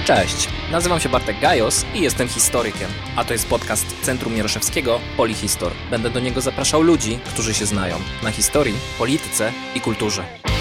Cześć, nazywam się Bartek Gajos i jestem historykiem, a to jest podcast Centrum Mieroszewskiego Polihistor. Będę do niego zapraszał ludzi, którzy się znają na historii, polityce i kulturze.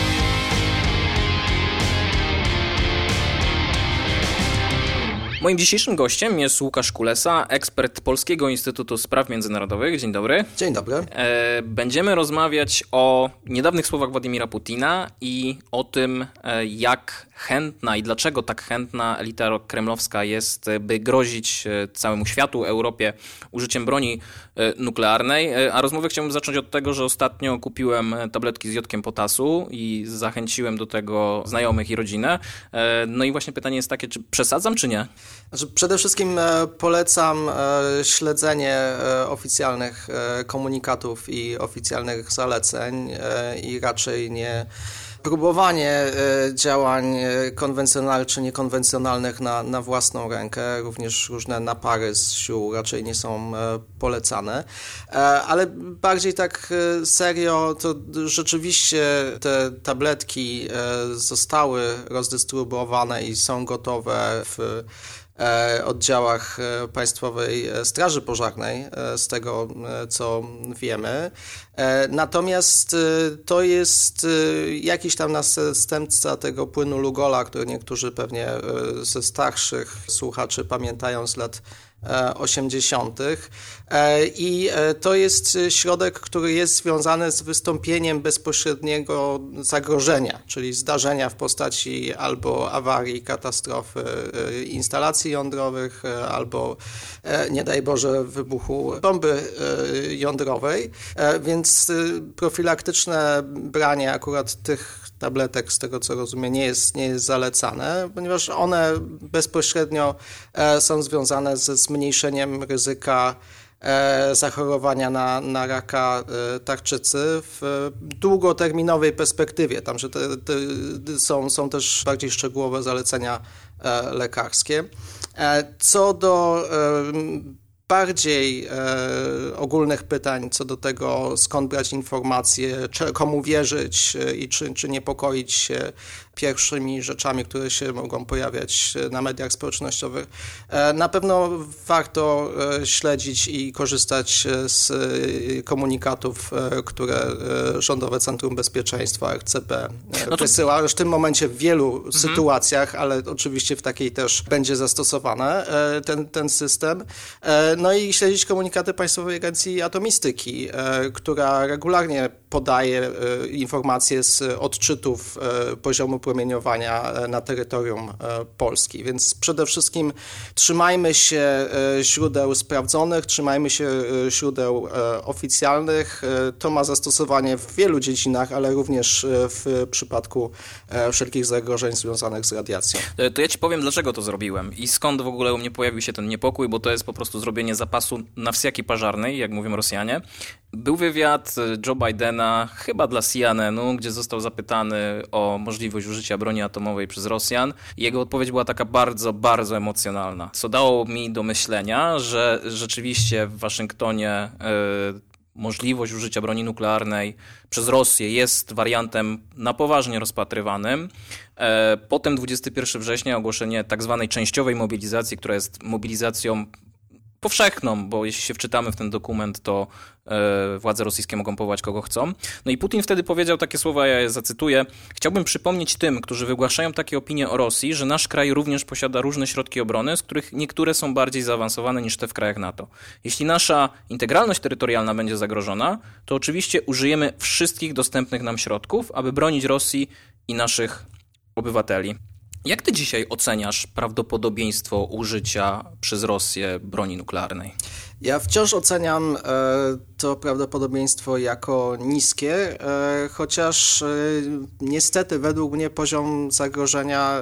Moim dzisiejszym gościem jest Łukasz Kulesa, ekspert Polskiego Instytutu Spraw Międzynarodowych. Dzień dobry. Dzień dobry. Będziemy rozmawiać o niedawnych słowach Władimira Putina i o tym, jak chętna i dlaczego tak chętna elita kremlowska jest, by grozić całemu światu, Europie użyciem broni nuklearnej. A rozmowę chciałbym zacząć od tego, że ostatnio kupiłem tabletki z jodkiem potasu i zachęciłem do tego znajomych i rodzinę. No i właśnie pytanie jest takie, czy przesadzam, czy nie? Znaczy, przede wszystkim polecam śledzenie oficjalnych komunikatów i oficjalnych zaleceń i raczej nie próbowanie działań konwencjonalnych czy niekonwencjonalnych na własną rękę. Również różne napary z sił raczej nie są polecane. Ale bardziej tak serio, to rzeczywiście te tabletki zostały rozdystrybuowane i są gotowe w oddziałach Państwowej Straży Pożarnej, z tego co wiemy. Natomiast to jest jakiś tam następca tego płynu Lugola, który niektórzy pewnie ze starszych słuchaczy pamiętają z lat 80. I to jest środek, który jest związany z wystąpieniem bezpośredniego zagrożenia, czyli zdarzenia w postaci albo awarii, katastrofy instalacji jądrowych, albo nie daj Boże wybuchu bomby jądrowej, więc profilaktyczne branie akurat tych tabletek, z tego co rozumiem, nie jest zalecane, ponieważ one bezpośrednio są związane ze zmniejszeniem ryzyka zachorowania na raka tarczycy w długoterminowej perspektywie. Tam, że są też bardziej szczegółowe zalecenia lekarskie. Co do bardziej ogólnych pytań co do tego, skąd brać informacje, komu wierzyć i czy niepokoić się pierwszymi rzeczami, które się mogą pojawiać na mediach społecznościowych. Na pewno warto śledzić i korzystać z komunikatów, które Rządowe Centrum Bezpieczeństwa, RCB, wysyła już w tym momencie w wielu sytuacjach, ale oczywiście w takiej też będzie zastosowany ten system. No i śledzić komunikaty Państwowej Agencji Atomistyki, która regularnie podaje informacje z odczytów poziomu promieniowania na terytorium Polski. Więc przede wszystkim trzymajmy się źródeł sprawdzonych, trzymajmy się źródeł oficjalnych. To ma zastosowanie w wielu dziedzinach, ale również w przypadku wszelkich zagrożeń związanych z radiacją. To ja Ci powiem, dlaczego to zrobiłem i skąd w ogóle u mnie pojawił się ten niepokój, bo to jest po prostu zrobienie zapasu na wsiaki pażarnej, jak mówią Rosjanie. Był wywiad Joe Bidena, chyba dla CNN-u, gdzie został zapytany o możliwość użycia broni atomowej przez Rosjan. Jego odpowiedź była taka bardzo, bardzo emocjonalna, co dało mi do myślenia, że rzeczywiście w Waszyngtonie możliwość użycia broni nuklearnej przez Rosję jest wariantem na poważnie rozpatrywanym. Potem 21 września ogłoszenie tak zwanej częściowej mobilizacji, która jest mobilizacją powszechną, bo jeśli się wczytamy w ten dokument, to władze rosyjskie mogą powołać kogo chcą. No i Putin wtedy powiedział takie słowa, ja je zacytuję: chciałbym przypomnieć tym, którzy wygłaszają takie opinie o Rosji, że nasz kraj również posiada różne środki obrony, z których niektóre są bardziej zaawansowane niż te w krajach NATO. Jeśli nasza integralność terytorialna będzie zagrożona, to oczywiście użyjemy wszystkich dostępnych nam środków, aby bronić Rosji i naszych obywateli. Jak ty dzisiaj oceniasz prawdopodobieństwo użycia przez Rosję broni nuklearnej? Ja wciąż oceniam to prawdopodobieństwo jako niskie, chociaż niestety według mnie poziom zagrożenia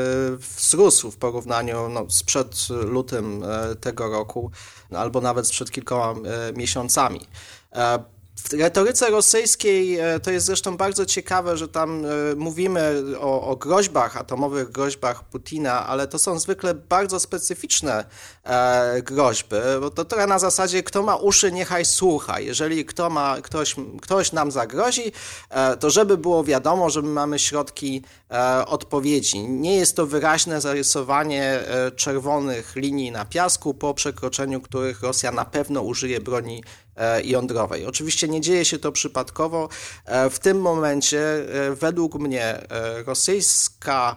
wzrósł w porównaniu sprzed lutym tego roku, albo nawet sprzed kilkoma miesiącami. W retoryce rosyjskiej to jest zresztą bardzo ciekawe, że tam mówimy o groźbach, atomowych groźbach Putina, ale to są zwykle bardzo specyficzne groźby, bo to trochę na zasadzie kto ma uszy, niechaj słucha. Jeżeli ktoś nam zagrozi, to żeby było wiadomo, że my mamy środki odpowiedzi. Nie jest to wyraźne zarysowanie czerwonych linii na piasku, po przekroczeniu których Rosja na pewno użyje broni jądrowej. Oczywiście nie dzieje się to przypadkowo. W tym momencie według mnie rosyjska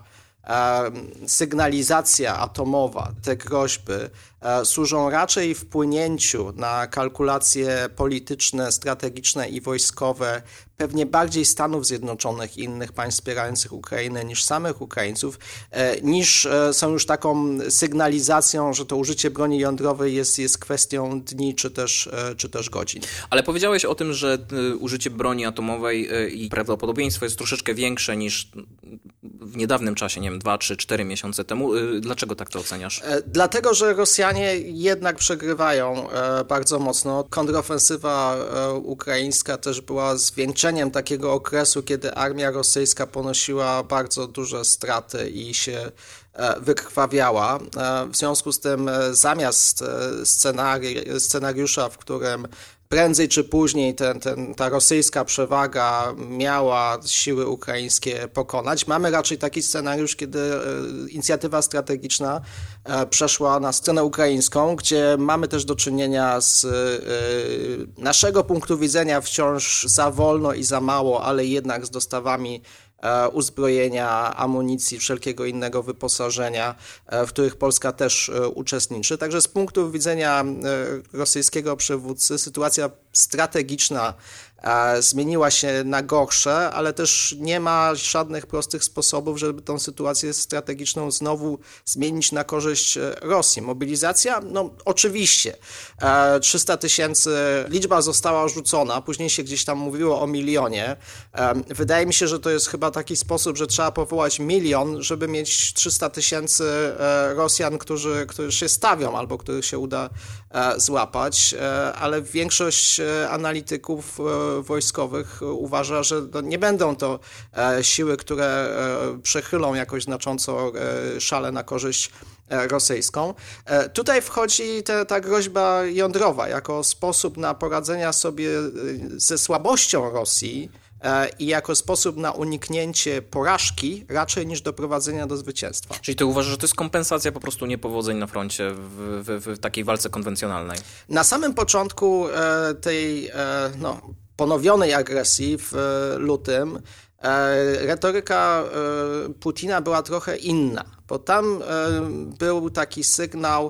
sygnalizacja atomowa, te groźby służą raczej wpłynięciu na kalkulacje polityczne, strategiczne i wojskowe pewnie bardziej Stanów Zjednoczonych i innych państw wspierających Ukrainę niż samych Ukraińców, niż są już taką sygnalizacją, że to użycie broni jądrowej jest kwestią dni czy też godzin. Ale powiedziałeś o tym, że użycie broni atomowej i prawdopodobieństwo jest troszeczkę większe niż w niedawnym czasie, nie wiem, 2, 3, 4 miesiące temu. Dlaczego tak to oceniasz? Dlatego, że Rosjanie jednak przegrywają bardzo mocno. Kontrofensywa ukraińska też była zwieńczeniem takiego okresu, kiedy armia rosyjska ponosiła bardzo duże straty i się wykrwawiała. W związku z tym zamiast scenariusza, w którym prędzej czy później ta rosyjska przewaga miała siły ukraińskie pokonać, mamy raczej taki scenariusz, kiedy inicjatywa strategiczna przeszła na stronę ukraińską, gdzie mamy też do czynienia z naszego punktu widzenia wciąż za wolno i za mało, ale jednak z dostawami uzbrojenia, amunicji, wszelkiego innego wyposażenia, w których Polska też uczestniczy. Także z punktu widzenia rosyjskiego przywódcy sytuacja strategiczna zmieniła się na gorsze, ale też nie ma żadnych prostych sposobów, żeby tą sytuację strategiczną znowu zmienić na korzyść Rosji. Mobilizacja? No oczywiście. 300 000, liczba została rzucona, później się gdzieś tam mówiło o 1 000 000. Wydaje mi się, że to jest chyba taki sposób, że trzeba powołać 1 000 000, żeby mieć 300 000 Rosjan, którzy się stawią albo których się uda złapać, ale większość analityków wojskowych uważa, że nie będą to siły, które przechylą jakoś znacząco szale na korzyść rosyjską. Tutaj wchodzi ta groźba jądrowa jako sposób na poradzenie sobie ze słabością Rosji i jako sposób na uniknięcie porażki raczej niż doprowadzenia do zwycięstwa. Czyli ty uważasz, że to jest kompensacja po prostu niepowodzeń na froncie w takiej walce konwencjonalnej? Na samym początku tej ponowionej agresji w lutym retoryka Putina była trochę inna, bo tam był taki sygnał,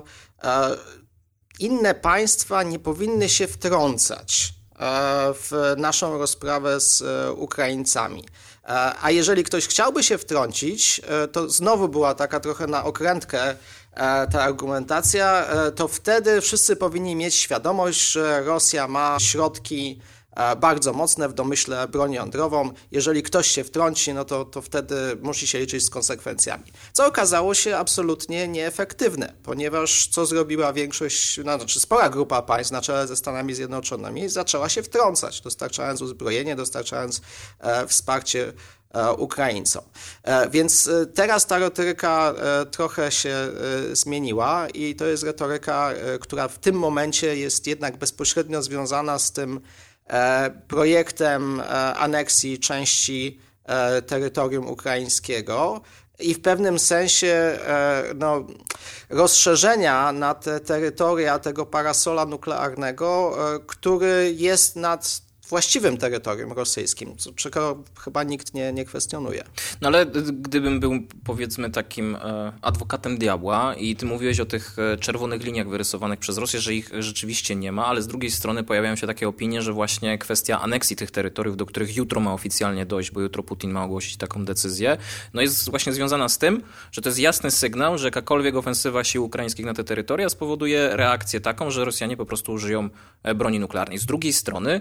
inne państwa nie powinny się wtrącać w naszą rozprawę z Ukraińcami. A jeżeli ktoś chciałby się wtrącić, to znowu była taka trochę na okrętkę ta argumentacja, to wtedy wszyscy powinni mieć świadomość, że Rosja ma środki bardzo mocne, w domyśle broń jądrową. Jeżeli ktoś się wtrąci, no to wtedy musi się liczyć z konsekwencjami. Co okazało się absolutnie nieefektywne, ponieważ co zrobiła większość, spora grupa państw na czele ze Stanami Zjednoczonymi, zaczęła się wtrącać, dostarczając uzbrojenie, dostarczając wsparcie Ukraińcom. Więc teraz ta retoryka trochę się zmieniła i to jest retoryka, która w tym momencie jest jednak bezpośrednio związana z tym projektem aneksji części terytorium ukraińskiego i w pewnym sensie rozszerzenia na te terytoria tego parasola nuklearnego, który jest nad właściwym terytorium rosyjskim, czego chyba nikt nie kwestionuje. No ale gdybym był, powiedzmy, takim adwokatem diabła i ty mówiłeś o tych czerwonych liniach wyrysowanych przez Rosję, że ich rzeczywiście nie ma, ale z drugiej strony pojawiają się takie opinie, że właśnie kwestia aneksji tych terytoriów, do których jutro ma oficjalnie dojść, bo jutro Putin ma ogłosić taką decyzję, no jest właśnie związana z tym, że to jest jasny sygnał, że jakakolwiek ofensywa sił ukraińskich na te terytoria spowoduje reakcję taką, że Rosjanie po prostu użyją broni nuklearnej. Z drugiej strony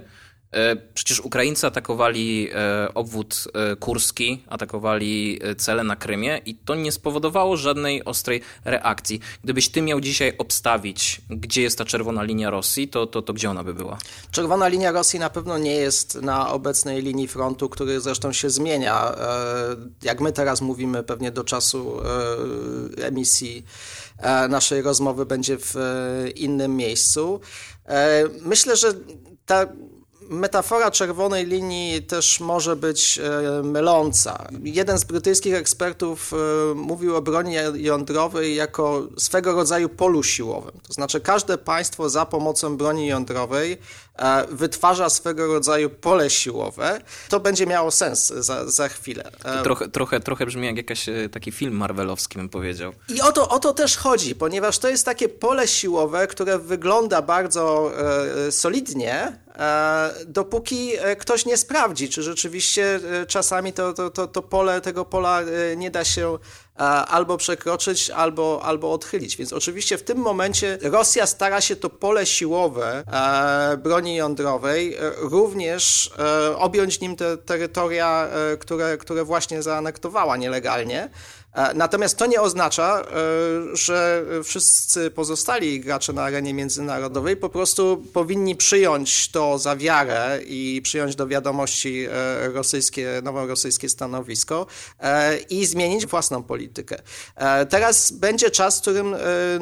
Przecież Ukraińcy atakowali obwód kurski, atakowali cele na Krymie i to nie spowodowało żadnej ostrej reakcji. Gdybyś ty miał dzisiaj obstawić, gdzie jest ta czerwona linia Rosji, to gdzie ona by była? Czerwona linia Rosji na pewno nie jest na obecnej linii frontu, który zresztą się zmienia. Jak my teraz mówimy, pewnie do czasu emisji naszej rozmowy będzie w innym miejscu. Myślę, że ta metafora czerwonej linii też może być myląca. Jeden z brytyjskich ekspertów mówił o broni jądrowej jako swego rodzaju polu siłowym. To znaczy każde państwo za pomocą broni jądrowej wytwarza swego rodzaju pole siłowe. To będzie miało sens za chwilę. Trochę brzmi jak taki film marvelowski, bym powiedział. I o to też chodzi, ponieważ to jest takie pole siłowe, które wygląda bardzo solidnie, dopóki ktoś nie sprawdzi, czy rzeczywiście czasami tego pola nie da się albo przekroczyć, albo odchylić. Więc oczywiście w tym momencie Rosja stara się to pole siłowe broni jądrowej również objąć nim te terytoria, które właśnie zaanektowała nielegalnie. Natomiast to nie oznacza, że wszyscy pozostali gracze na arenie międzynarodowej po prostu powinni przyjąć to za wiarę i przyjąć do wiadomości nowe rosyjskie stanowisko i zmienić własną politykę. Teraz będzie czas, w którym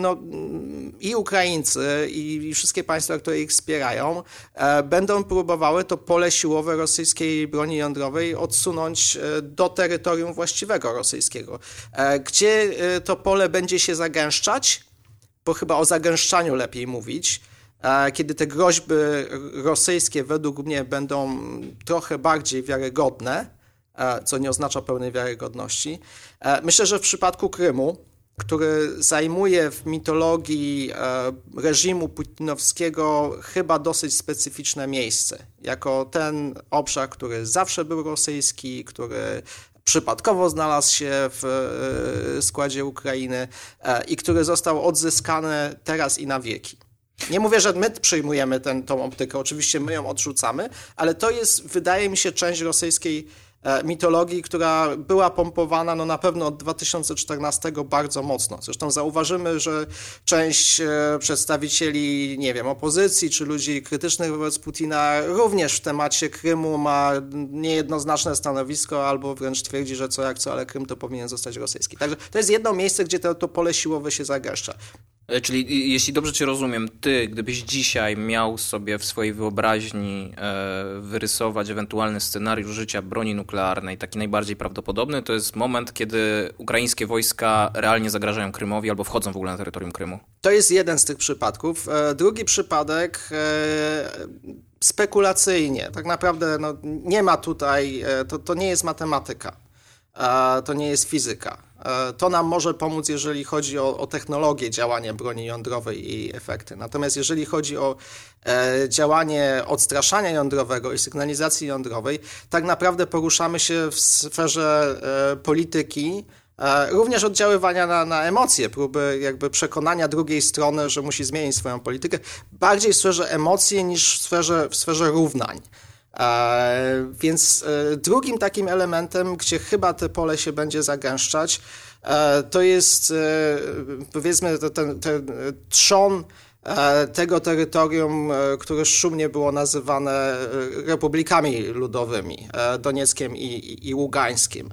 i Ukraińcy, i wszystkie państwa, które ich wspierają, będą próbowały to pole siłowe rosyjskiej broni jądrowej odsunąć do terytorium właściwego rosyjskiego. Gdzie to pole będzie się zagęszczać, bo chyba o zagęszczaniu lepiej mówić, kiedy te groźby rosyjskie według mnie będą trochę bardziej wiarygodne, co nie oznacza pełnej wiarygodności. Myślę, że w przypadku Krymu, który zajmuje w mitologii reżimu putinowskiego chyba dosyć specyficzne miejsce, jako ten obszar, który zawsze był rosyjski, który przypadkowo znalazł się w składzie Ukrainy i który został odzyskany teraz i na wieki. Nie mówię, że my przyjmujemy tą optykę, oczywiście my ją odrzucamy, ale to jest, wydaje mi się, część rosyjskiej mitologii, która była pompowana na pewno od 2014 bardzo mocno. Zresztą zauważymy, że część przedstawicieli, opozycji czy ludzi krytycznych wobec Putina również w temacie Krymu ma niejednoznaczne stanowisko albo wręcz twierdzi, że co jak co, ale Krym to powinien zostać rosyjski. Także to jest jedno miejsce, gdzie to pole siłowe się zagęszcza. Czyli jeśli dobrze cię rozumiem, ty, gdybyś dzisiaj miał sobie w swojej wyobraźni wyrysować ewentualny scenariusz życia broni nuklearnej, taki najbardziej prawdopodobny, to jest moment, kiedy ukraińskie wojska realnie zagrażają Krymowi albo wchodzą w ogóle na terytorium Krymu. To jest jeden z tych przypadków. Drugi przypadek spekulacyjnie. Tak naprawdę nie ma tutaj, to nie jest matematyka, to nie jest fizyka. To nam może pomóc, jeżeli chodzi o technologię działania broni jądrowej i efekty. Natomiast jeżeli chodzi o działanie odstraszania jądrowego i sygnalizacji jądrowej, tak naprawdę poruszamy się w sferze polityki, również oddziaływania na emocje, próby jakby przekonania drugiej strony, że musi zmienić swoją politykę, bardziej w sferze emocji niż w sferze równań. Więc drugim takim elementem, gdzie chyba te pole się będzie zagęszczać, to jest powiedzmy ten trzon tego terytorium, które szumnie było nazywane republikami ludowymi, Donieckiem i Ługańskim.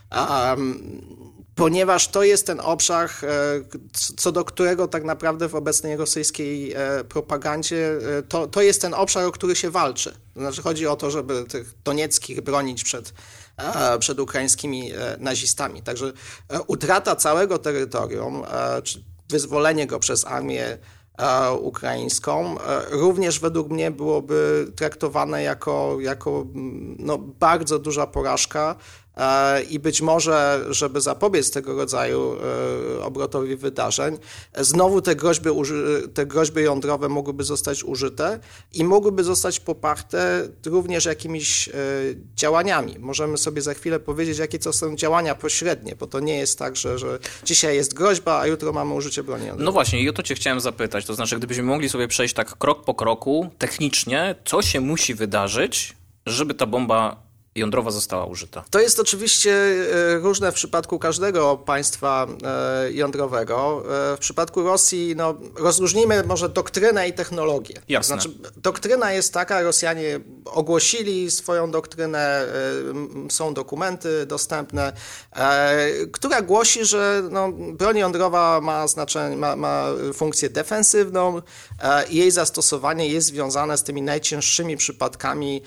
Ponieważ to jest ten obszar, co do którego tak naprawdę w obecnej rosyjskiej propagandzie, to jest ten obszar, o który się walczy. To znaczy chodzi o to, żeby tych donieckich bronić przed ukraińskimi nazistami. Także utrata całego terytorium, czy wyzwolenie go przez armię ukraińską, również według mnie byłoby traktowane jako bardzo duża porażka i być może, żeby zapobiec tego rodzaju obrotowi wydarzeń, znowu te groźby jądrowe mogłyby zostać użyte i mogłyby zostać poparte również jakimiś działaniami. Możemy sobie za chwilę powiedzieć, jakie to są działania pośrednie, bo to nie jest tak, że dzisiaj jest groźba, a jutro mamy użycie broni jądrowej. No właśnie, i o to cię chciałem zapytać. To znaczy, gdybyśmy mogli sobie przejść tak krok po kroku, technicznie, co się musi wydarzyć, żeby ta bomba jądrowa została użyta? To jest oczywiście różne w przypadku każdego państwa jądrowego. W przypadku Rosji rozróżnijmy może doktrynę i technologię. Jasne. Znaczy, doktryna jest taka, Rosjanie ogłosili swoją doktrynę, są dokumenty dostępne, która głosi, że broń jądrowa ma znaczenie, ma funkcję defensywną i jej zastosowanie jest związane z tymi najcięższymi przypadkami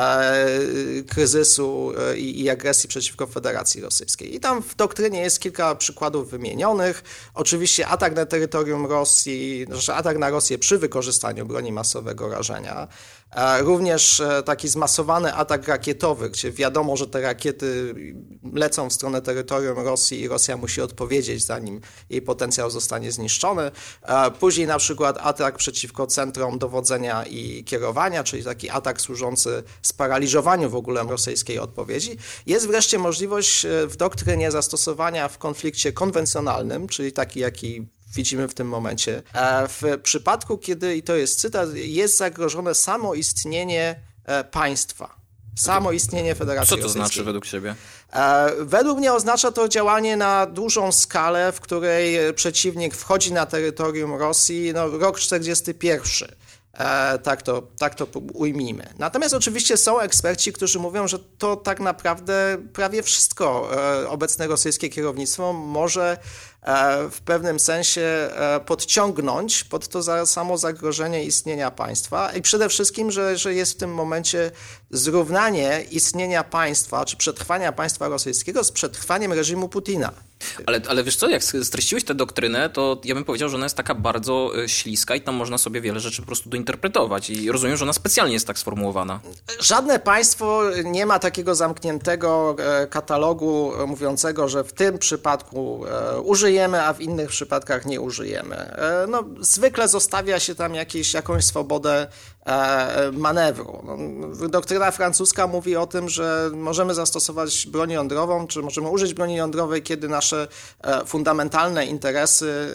kryzysu i agresji przeciwko Federacji Rosyjskiej. I tam w doktrynie jest kilka przykładów wymienionych. Oczywiście atak na terytorium Rosji, znaczy atak na Rosję przy wykorzystaniu broni masowego rażenia. Również taki zmasowany atak rakietowy, gdzie wiadomo, że te rakiety lecą w stronę terytorium Rosji i Rosja musi odpowiedzieć, zanim jej potencjał zostanie zniszczony. Później na przykład atak przeciwko centrom dowodzenia i kierowania, czyli taki atak służący sparaliżowaniu w ogóle rosyjskiej odpowiedzi. Jest wreszcie możliwość w doktrynie zastosowania w konflikcie konwencjonalnym, czyli taki, jaki widzimy w tym momencie. W przypadku, kiedy, i to jest cytat, jest zagrożone samoistnienie państwa. Samoistnienie Federacji Rosyjskiej. Co to znaczy według ciebie? Według mnie oznacza to działanie na dużą skalę, w której przeciwnik wchodzi na terytorium Rosji, rok 41. Tak to ujmijmy. Natomiast oczywiście są eksperci, którzy mówią, że to tak naprawdę prawie wszystko obecne rosyjskie kierownictwo może w pewnym sensie podciągnąć pod to samo zagrożenie istnienia państwa i przede wszystkim, że jest w tym momencie zrównanie istnienia państwa, czy przetrwania państwa rosyjskiego z przetrwaniem reżimu Putina. Ale wiesz co, jak streściłeś tę doktrynę, to ja bym powiedział, że ona jest taka bardzo śliska i tam można sobie wiele rzeczy po prostu dointerpretować i rozumiem, że ona specjalnie jest tak sformułowana. Żadne państwo nie ma takiego zamkniętego katalogu mówiącego, że w tym przypadku użyjemy, a w innych przypadkach nie użyjemy. Zwykle zostawia się tam jakąś swobodę manewru. Doktryna francuska mówi o tym, że możemy zastosować broń jądrową, czy możemy użyć broni jądrowej, kiedy nasze fundamentalne interesy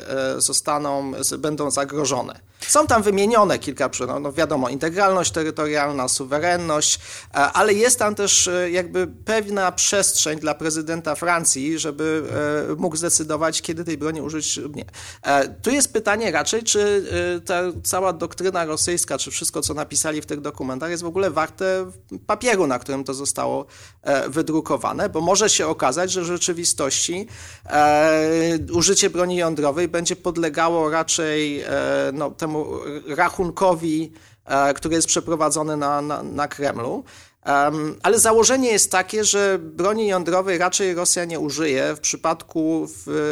będą zagrożone. Są tam wymienione kilka, wiadomo, integralność terytorialna, suwerenność, ale jest tam też jakby pewna przestrzeń dla prezydenta Francji, żeby mógł zdecydować, kiedy tej broni użyć lub nie. Tu jest pytanie raczej, czy ta cała doktryna rosyjska, czy wszystko, co napisali w tych dokumentach, jest w ogóle warte papieru, na którym to zostało wydrukowane, bo może się okazać, że w rzeczywistości użycie broni jądrowej będzie podlegało raczej temu rachunkowi, który jest przeprowadzony na Kremlu. Ale założenie jest takie, że broni jądrowej raczej Rosja nie użyje w przypadku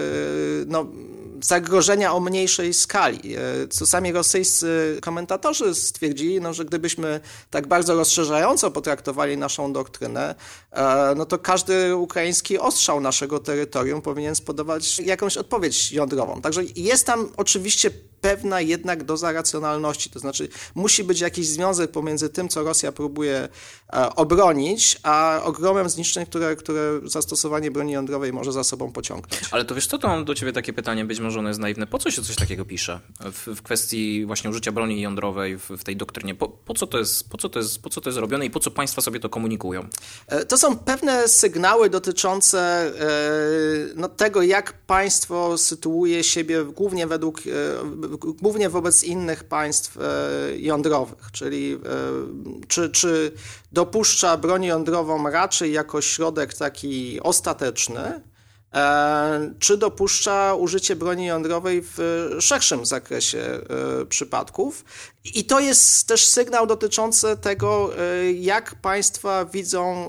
zagrożenia o mniejszej skali. Co sami rosyjscy komentatorzy stwierdzili, że gdybyśmy tak bardzo rozszerzająco potraktowali naszą doktrynę, to każdy ukraiński ostrzał naszego terytorium powinien spowodować jakąś odpowiedź jądrową. Także jest tam oczywiście pewna jednak doza racjonalności, to znaczy musi być jakiś związek pomiędzy tym, co Rosja próbuje obronić, a ogromem zniszczeń, które zastosowanie broni jądrowej może za sobą pociągnąć. Ale to wiesz co, to mam do ciebie takie pytanie, być może ono jest naiwne. Po co się coś takiego pisze w kwestii właśnie użycia broni jądrowej w tej doktrynie? Po co to jest robione i po co państwa sobie to komunikują? To są pewne sygnały dotyczące tego, jak państwo sytuuje siebie głównie wobec innych państw jądrowych, czyli czy dopuszcza broń jądrową raczej jako środek taki ostateczny, czy dopuszcza użycie broni jądrowej w szerszym zakresie przypadków. I to jest też sygnał dotyczący tego, jak państwa widzą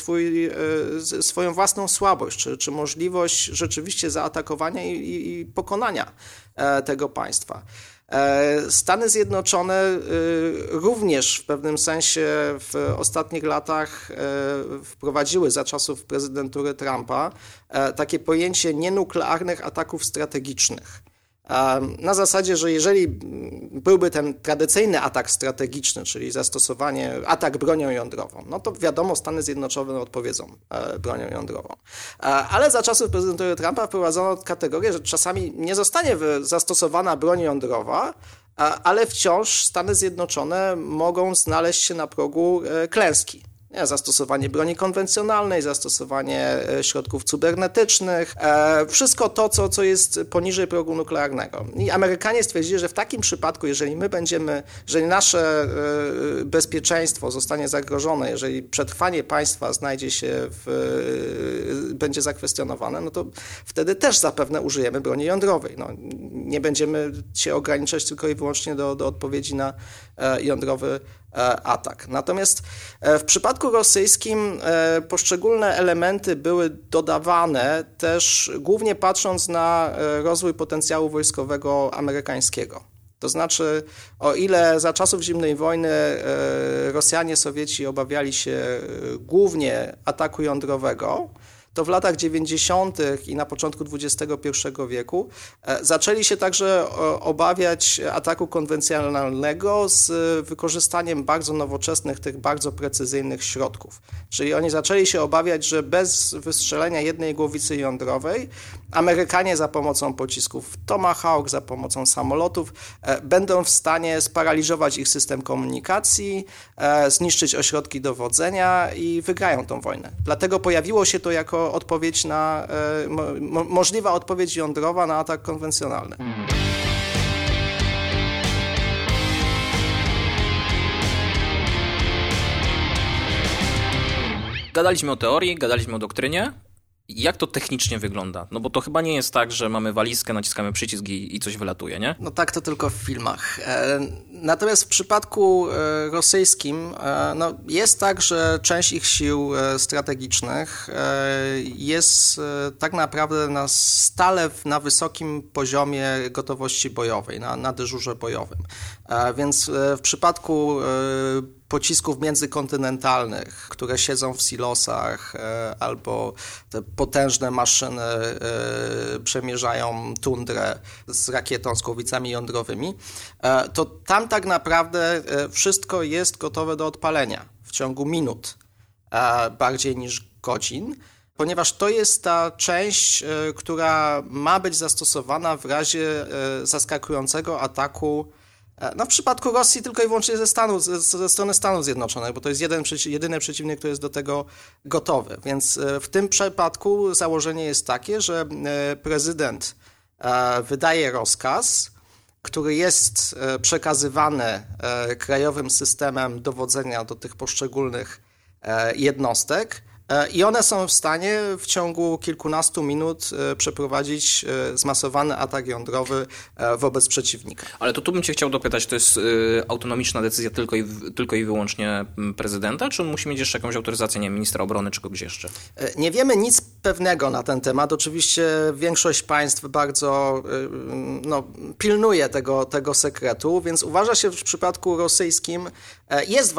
swoją własną słabość, czy możliwość rzeczywiście zaatakowania i pokonania tego państwa. Stany Zjednoczone również w pewnym sensie w ostatnich latach wprowadziły za czasów prezydentury Trumpa takie pojęcie nienuklearnych ataków strategicznych. Na zasadzie, że jeżeli byłby ten tradycyjny atak strategiczny, czyli atak bronią jądrową, no to wiadomo, Stany Zjednoczone odpowiedzą bronią jądrową. Ale za czasów prezydentury Trumpa wprowadzono kategorię, że czasami nie zostanie zastosowana broń jądrowa, ale wciąż Stany Zjednoczone mogą znaleźć się na progu klęski. Zastosowanie broni konwencjonalnej, zastosowanie środków cybernetycznych, wszystko to, co jest poniżej progu nuklearnego. I Amerykanie stwierdzili, że w takim przypadku, jeżeli jeżeli nasze bezpieczeństwo zostanie zagrożone, jeżeli przetrwanie państwa będzie zakwestionowane, no to wtedy też zapewne użyjemy broni jądrowej. No, nie będziemy się ograniczać tylko i wyłącznie do odpowiedzi na jądrowy atak. Natomiast w przypadku rosyjskim poszczególne elementy były dodawane też głównie patrząc na rozwój potencjału wojskowego amerykańskiego. To znaczy, o ile za czasów zimnej wojny Rosjanie, Sowieci obawiali się głównie ataku jądrowego, to w latach 90. i na początku XXI wieku zaczęli się także obawiać ataku konwencjonalnego z wykorzystaniem bardzo nowoczesnych, tych bardzo precyzyjnych środków. Czyli oni zaczęli się obawiać, że bez wystrzelenia jednej głowicy jądrowej Amerykanie za pomocą pocisków Tomahawk, za pomocą samolotów będą w stanie sparaliżować ich system komunikacji, zniszczyć ośrodki dowodzenia i wygrają tą wojnę. Dlatego pojawiło się to jako odpowiedź możliwa odpowiedź jądrowa na atak konwencjonalny. Gadaliśmy o teorii, gadaliśmy o doktrynie. Jak to technicznie wygląda? No bo to chyba nie jest tak, że mamy walizkę, naciskamy przycisk i coś wylatuje, nie? No tak, to tylko w filmach. Natomiast w przypadku rosyjskim jest tak, że część ich sił strategicznych jest tak naprawdę stale na wysokim poziomie gotowości bojowej, na dyżurze bojowym. Więc w przypadku pocisków międzykontynentalnych, które siedzą w silosach, albo te potężne maszyny przemierzają tundrę z rakietą, z głowicami jądrowymi, to tam tak naprawdę wszystko jest gotowe do odpalenia w ciągu minut, bardziej niż godzin, ponieważ to jest ta część, która ma być zastosowana w razie zaskakującego ataku. W przypadku Rosji tylko i wyłącznie ze strony Stanów Zjednoczonych, bo to jest jedyny przeciwnik, który jest do tego gotowy. Więc w tym przypadku założenie jest takie, że prezydent wydaje rozkaz, który jest przekazywany krajowym systemem dowodzenia do tych poszczególnych jednostek, i one są w stanie w ciągu kilkunastu minut przeprowadzić zmasowany atak jądrowy wobec przeciwnika. Ale to tu bym cię chciał dopytać, to jest autonomiczna decyzja tylko i wyłącznie prezydenta, czy on musi mieć jeszcze jakąś autoryzację, nie wiem, ministra obrony czy kogoś jeszcze? Nie wiemy nic pewnego na ten temat. Oczywiście większość państw bardzo pilnuje tego sekretu, więc uważa się, że w przypadku rosyjskim jest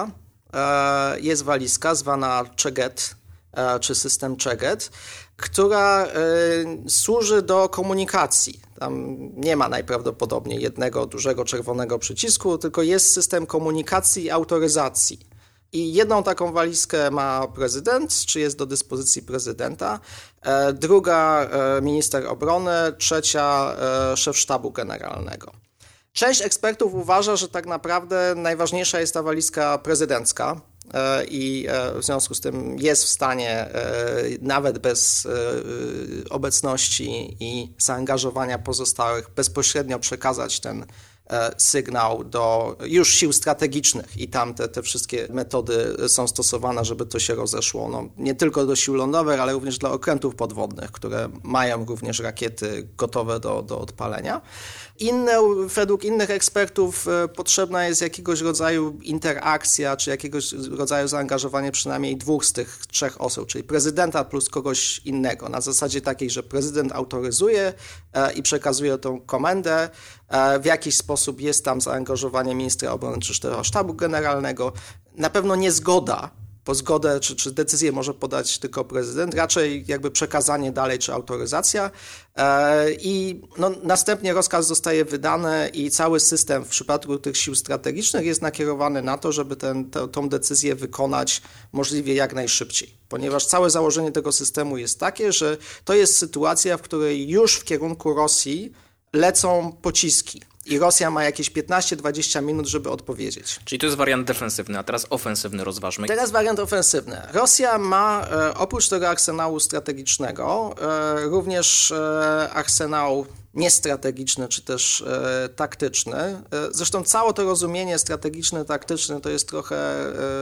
walizka zwana Czeget, czy system Czeget, która służy do komunikacji. Tam nie ma najprawdopodobniej jednego dużego czerwonego przycisku, tylko jest system komunikacji i autoryzacji. I jedną taką walizkę ma prezydent, czy jest do dyspozycji prezydenta, druga minister obrony, trzecia szef sztabu generalnego. Część ekspertów uważa, że tak naprawdę najważniejsza jest ta walizka prezydencka i w związku z tym jest w stanie nawet bez obecności i zaangażowania pozostałych bezpośrednio przekazać ten sygnał do już sił strategicznych i tam te wszystkie metody są stosowane, żeby to się rozeszło. Nie tylko do sił lądowych, ale również dla okrętów podwodnych, które mają również rakiety gotowe do odpalenia. Według innych ekspertów potrzebna jest jakiegoś rodzaju interakcja, czy jakiegoś rodzaju zaangażowanie przynajmniej dwóch z tych trzech osób, czyli prezydenta plus kogoś innego. Na zasadzie takiej, że prezydent autoryzuje i przekazuje tą komendę, W jakiś sposób jest tam zaangażowanie ministra obrony czy sztabu generalnego. Na pewno nie zgoda, bo zgodę czy decyzję może podać tylko prezydent, raczej jakby przekazanie dalej czy autoryzacja i następnie rozkaz zostaje wydany i cały system w przypadku tych sił strategicznych jest nakierowany na to, żeby tą decyzję wykonać możliwie jak najszybciej, ponieważ całe założenie tego systemu jest takie, że to jest sytuacja, w której już w kierunku Rosji lecą pociski. I Rosja ma jakieś 15-20 minut, żeby odpowiedzieć. Czyli to jest wariant defensywny, a teraz ofensywny rozważmy. Teraz wariant ofensywny. Rosja ma oprócz tego arsenału strategicznego również arsenał niestrategiczny czy też taktyczny. Zresztą całe to rozumienie strategiczne, taktyczne to jest trochę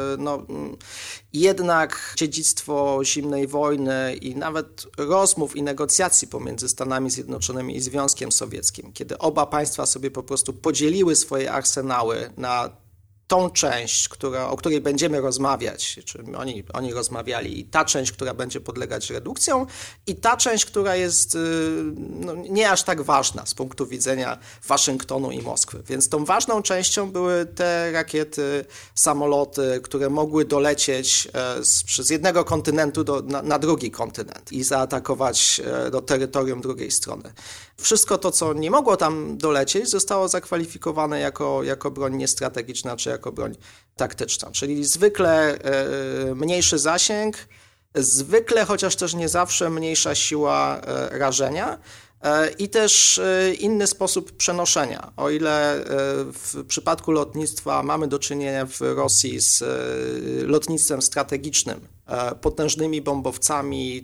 jednak dziedzictwo zimnej wojny i nawet rozmów i negocjacji pomiędzy Stanami Zjednoczonymi i Związkiem Sowieckim, kiedy oba państwa sobie po prostu podzieliły swoje arsenały na tą część, o której będziemy rozmawiać, czy oni rozmawiali, i ta część, która będzie podlegać redukcjom, i ta część, która jest nie aż tak ważna z punktu widzenia Waszyngtonu i Moskwy. Więc tą ważną częścią były te rakiety, samoloty, które mogły dolecieć z jednego kontynentu na drugi kontynent i zaatakować do terytorium drugiej strony. Wszystko to, co nie mogło tam dolecieć, zostało zakwalifikowane jako broń niestrategiczna czy jako broń taktyczna. Czyli zwykle mniejszy zasięg, zwykle, chociaż też nie zawsze, mniejsza siła rażenia i też inny sposób przenoszenia. O ile w przypadku lotnictwa mamy do czynienia w Rosji z lotnictwem strategicznym, potężnymi bombowcami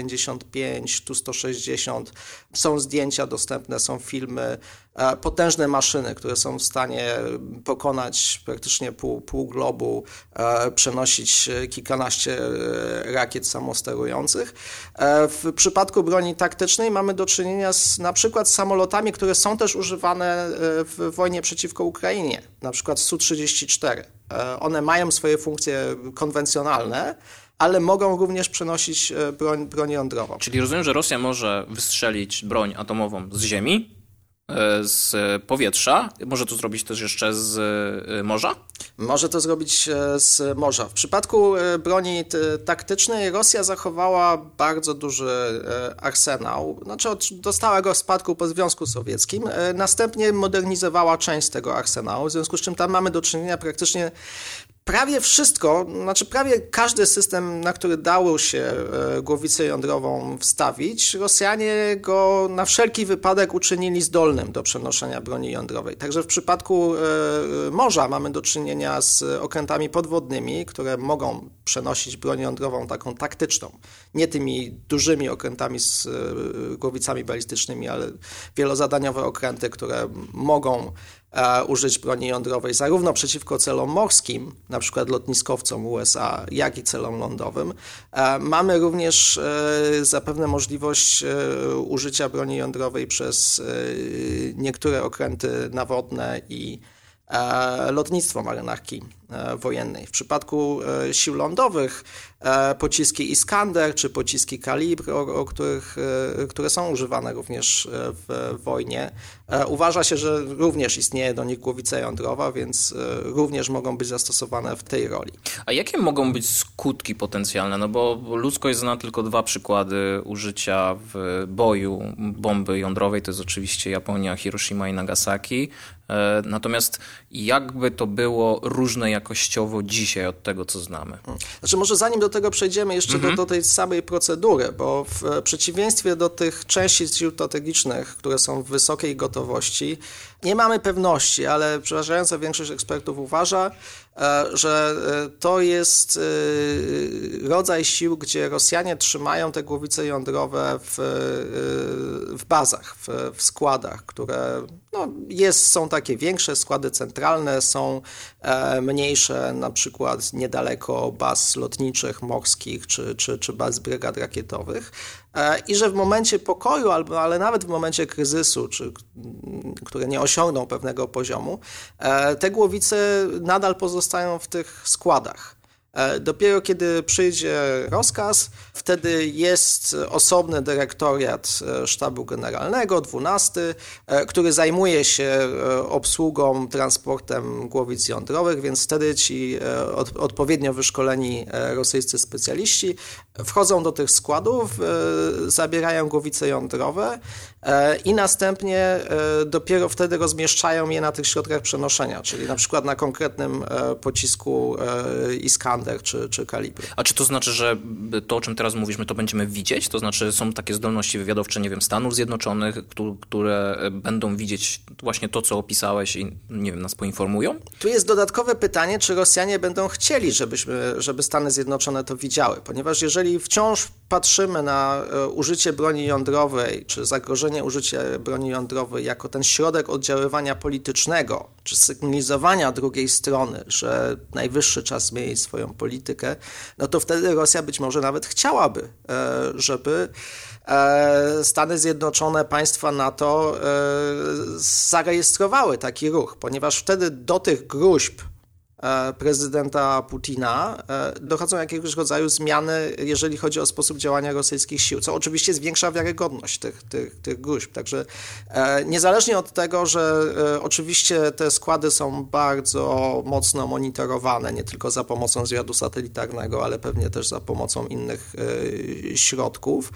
Tu-95, Tu-160, są zdjęcia dostępne, są filmy, potężne maszyny, które są w stanie pokonać praktycznie pół globu, przenosić kilkanaście rakiet samosterujących. W przypadku broni taktycznej mamy do czynienia na przykład z samolotami, które są też używane w wojnie przeciwko Ukrainie, na przykład Su-34. One mają swoje funkcje konwencjonalne, ale mogą również przenosić broń jądrową. Czyli rozumiem, że Rosja może wystrzelić broń atomową z ziemi, z powietrza. Może to zrobić też jeszcze z morza? Może to zrobić z morza. W przypadku broni taktycznej Rosja zachowała bardzo duży arsenał. Znaczy dostała go w spadku po Związku Sowieckim. Następnie modernizowała część z tego arsenału, w związku z czym tam mamy do czynienia praktycznie prawie wszystko, znaczy prawie każdy system, na który dało się głowicę jądrową wstawić, Rosjanie go na wszelki wypadek uczynili zdolnym do przenoszenia broni jądrowej. Także w przypadku morza mamy do czynienia z okrętami podwodnymi, które mogą przenosić broń jądrową taką taktyczną. Nie tymi dużymi okrętami z głowicami balistycznymi, ale wielozadaniowe okręty, które mogą użyć broni jądrowej zarówno przeciwko celom morskim, na przykład lotniskowcom USA, jak i celom lądowym. Mamy również zapewne możliwość użycia broni jądrowej przez niektóre okręty nawodne i lotnictwo marynarki wojennej. W przypadku sił lądowych pociski Iskander czy pociski Kalibr, które są używane również w wojnie, uważa się, że również istnieje do nich głowica jądrowa, więc również mogą być zastosowane w tej roli. A jakie mogą być skutki potencjalne? No bo ludzkość zna tylko 2 przykłady użycia w boju bomby jądrowej, to jest oczywiście Japonia, Hiroshima i Nagasaki. Natomiast jakby to było różne jakościowo dzisiaj od tego, co znamy? Znaczy może zanim do tego przejdziemy jeszcze do tej samej procedury, bo w przeciwieństwie do tych części sił strategicznych, które są w wysokiej gotowości, nie mamy pewności, ale przeważająca większość ekspertów uważa, że to jest rodzaj sił, gdzie Rosjanie trzymają te głowice jądrowe w bazach, w składach, które są takie większe, składy centralne, są mniejsze, na przykład niedaleko baz lotniczych, morskich czy baz brygad rakietowych. I że w momencie pokoju, ale nawet w momencie kryzysu, które nie osiągną pewnego poziomu, te głowice nadal pozostają w tych składach. Dopiero kiedy przyjdzie rozkaz, wtedy jest osobny dyrektoriat Sztabu Generalnego, 12, który zajmuje się obsługą, transportem głowic jądrowych, więc wtedy ci odpowiednio wyszkoleni rosyjscy specjaliści wchodzą do tych składów, zabierają głowice jądrowe i następnie dopiero wtedy rozmieszczają je na tych środkach przenoszenia, czyli na przykład na konkretnym pocisku Iskander czy Kalibr. A czy to znaczy, że to, o czym teraz mówisz, my to będziemy widzieć? To znaczy są takie zdolności wywiadowcze, nie wiem, Stanów Zjednoczonych, które będą widzieć właśnie to, co opisałeś i, nie wiem, nas poinformują? Tu jest dodatkowe pytanie, czy Rosjanie będą chcieli, żeby Stany Zjednoczone to widziały, ponieważ jeżeli wciąż patrzymy na użycie broni jądrowej, czy zagrożenie użycia broni jądrowej jako ten środek oddziaływania politycznego, czy sygnalizowania drugiej strony, że najwyższy czas zmienić swoją politykę, no to wtedy Rosja być może nawet chciałaby, żeby Stany Zjednoczone, państwa NATO zarejestrowały taki ruch, ponieważ wtedy do tych gruźb prezydenta Putina dochodzą jakiegoś rodzaju zmiany, jeżeli chodzi o sposób działania rosyjskich sił, co oczywiście zwiększa wiarygodność tych gruźb. Także niezależnie od tego, że oczywiście te składy są bardzo mocno monitorowane, nie tylko za pomocą zwiadu satelitarnego, ale pewnie też za pomocą innych środków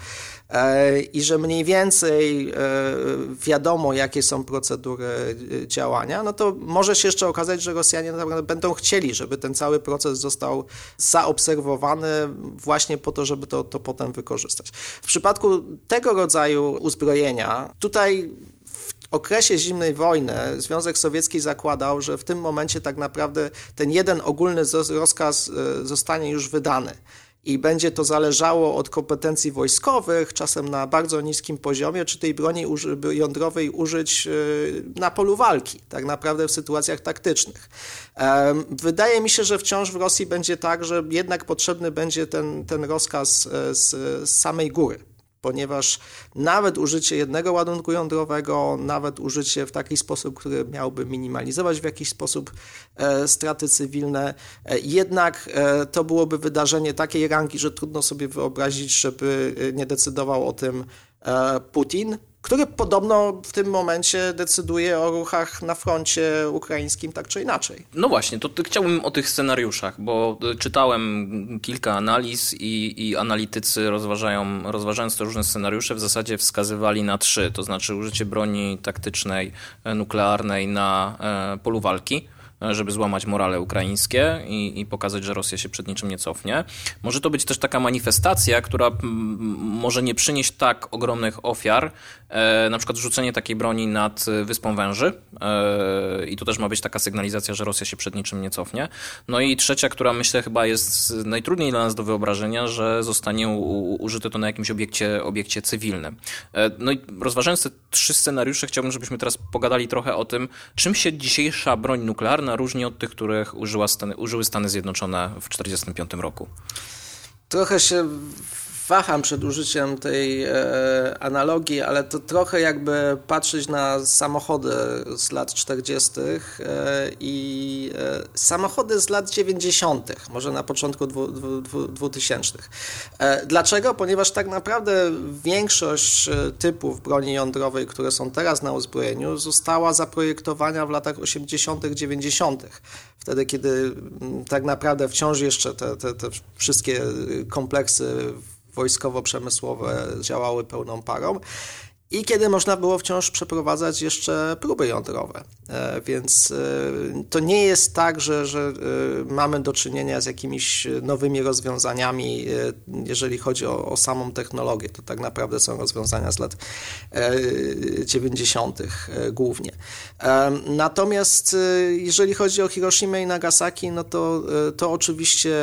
i że mniej więcej wiadomo, jakie są procedury działania, no to może się jeszcze okazać, że Rosjanie naprawdę będą chcieli, żeby ten cały proces został zaobserwowany właśnie po to, żeby to potem wykorzystać. W przypadku tego rodzaju uzbrojenia, tutaj w okresie zimnej wojny Związek Sowiecki zakładał, że w tym momencie tak naprawdę ten jeden ogólny rozkaz zostanie już wydany. I będzie to zależało od kompetencji wojskowych, czasem na bardzo niskim poziomie, czy tej broni jądrowej użyć na polu walki, tak naprawdę w sytuacjach taktycznych. Wydaje mi się, że wciąż w Rosji będzie tak, że jednak potrzebny będzie ten rozkaz z samej góry, ponieważ nawet użycie jednego ładunku jądrowego, nawet użycie w taki sposób, który miałby minimalizować w jakiś sposób straty cywilne, jednak to byłoby wydarzenie takiej rangi, że trudno sobie wyobrazić, żeby nie decydował o tym Putin, który podobno w tym momencie decyduje o ruchach na froncie ukraińskim tak czy inaczej. No właśnie, to chciałbym o tych scenariuszach, bo czytałem kilka analiz i analitycy rozważając te różne scenariusze w zasadzie wskazywali na 3, to znaczy użycie broni taktycznej, nuklearnej na polu walki, żeby złamać morale ukraińskie i pokazać, że Rosja się przed niczym nie cofnie. Może to być też taka manifestacja, która może nie przynieść tak ogromnych ofiar, na przykład rzucenie takiej broni nad Wyspą Węży i to też ma być taka sygnalizacja, że Rosja się przed niczym nie cofnie. No i trzecia, która myślę chyba jest najtrudniej dla nas do wyobrażenia, że zostanie użyte to na jakimś obiekcie cywilnym. No i rozważając te 3 scenariusze, chciałbym, żebyśmy teraz pogadali trochę o tym, czym się dzisiejsza broń nuklearna różni od tych, których użyły Stany Zjednoczone w 1945 roku. Trochę się waham przed użyciem tej analogii, ale to trochę jakby patrzeć na samochody z lat 40. I samochody z lat 90., może na początku 2000. Dlaczego? Ponieważ tak naprawdę większość typów broni jądrowej, które są teraz na uzbrojeniu, została zaprojektowana w latach 80., 90. Wtedy, kiedy tak naprawdę wciąż jeszcze te wszystkie kompleksy wojskowo-przemysłowe działały pełną parą i kiedy można było wciąż przeprowadzać jeszcze próby jądrowe. Więc to nie jest tak, że mamy do czynienia z jakimiś nowymi rozwiązaniami, jeżeli chodzi o samą technologię. To tak naprawdę są rozwiązania z lat 90. głównie. Natomiast jeżeli chodzi o Hiroshimę i Nagasaki, no to oczywiście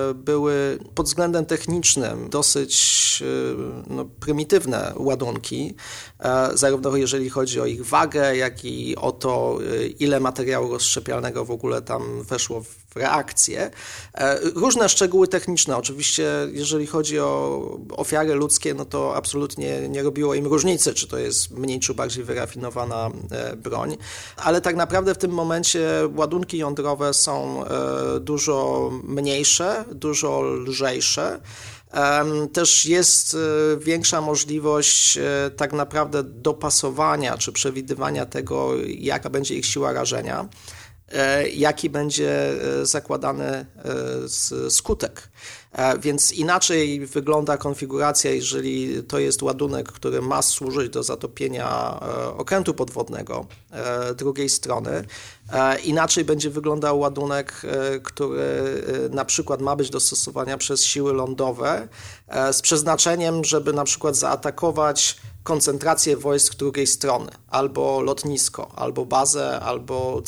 były pod względem technicznym dosyć prymitywne ładunki, zarówno jeżeli chodzi o ich wagę, jak i o to, ile materiału rozszczepialnego w ogóle tam weszło w reakcję. Różne szczegóły techniczne. Oczywiście, jeżeli chodzi o ofiary ludzkie, no to absolutnie nie robiło im różnicy, czy to jest mniej czy bardziej wyrafinowana broń, ale tak naprawdę w tym momencie ładunki jądrowe są dużo mniejsze, dużo lżejsze. Też jest większa możliwość tak naprawdę dopasowania czy przewidywania tego, jaka będzie ich siła rażenia, jaki będzie zakładany skutek. Więc inaczej wygląda konfiguracja, jeżeli to jest ładunek, który ma służyć do zatopienia okrętu podwodnego drugiej strony. Inaczej będzie wyglądał ładunek, który na przykład ma być do stosowania przez siły lądowe z przeznaczeniem, żeby na przykład zaatakować koncentrację wojsk drugiej strony, albo lotnisko, albo bazę, albo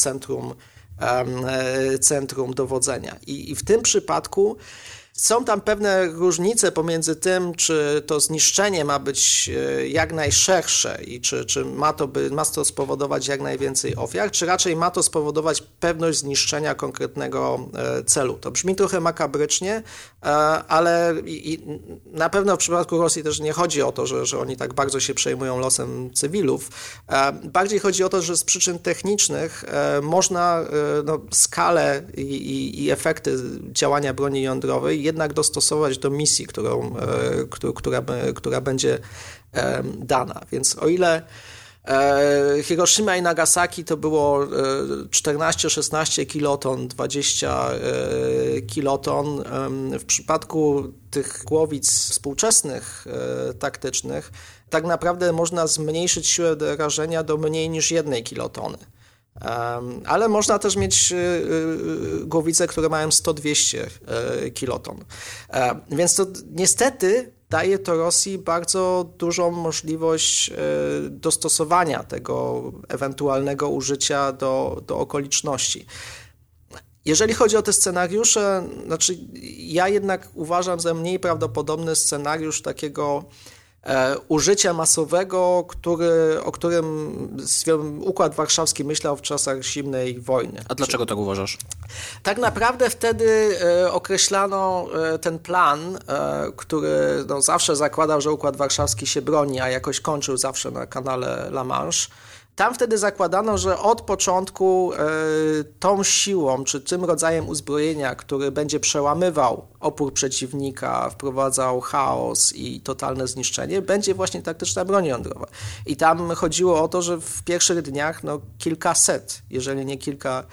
centrum dowodzenia. I w tym przypadku są tam pewne różnice pomiędzy tym, czy to zniszczenie ma być jak najszersze i czy ma to spowodować jak najwięcej ofiar, czy raczej ma to spowodować pewność zniszczenia konkretnego celu. To brzmi trochę makabrycznie, ale na pewno w przypadku Rosji też nie chodzi o to, że oni tak bardzo się przejmują losem cywilów. Bardziej chodzi o to, że z przyczyn technicznych można skalę i efekty działania broni jądrowej jednak dostosować do misji, która będzie dana. Więc o ile Hiroshima i Nagasaki to było 14-16 kiloton, 20 kiloton. W przypadku tych głowic współczesnych, taktycznych, tak naprawdę można zmniejszyć siłę rażenia do mniej niż 1 kilotony. Ale można też mieć głowice, które mają 100-200 kiloton. Więc to niestety daje to Rosji bardzo dużą możliwość dostosowania tego ewentualnego użycia do okoliczności. Jeżeli chodzi o te scenariusze, znaczy ja jednak uważam za mniej prawdopodobny scenariusz takiego użycia masowego, o którym Układ Warszawski myślał w czasach zimnej wojny. A dlaczego tak uważasz? Tak naprawdę wtedy określano ten plan, który zawsze zakładał, że Układ Warszawski się broni, a jakoś kończył zawsze na kanale La Manche. Tam wtedy zakładano, że od początku tą siłą, czy tym rodzajem uzbrojenia, który będzie przełamywał opór przeciwnika, wprowadzał chaos i totalne zniszczenie, będzie właśnie taktyczna broń jądrowa. I tam chodziło o to, że w pierwszych dniach kilkaset, jeżeli nie kilka,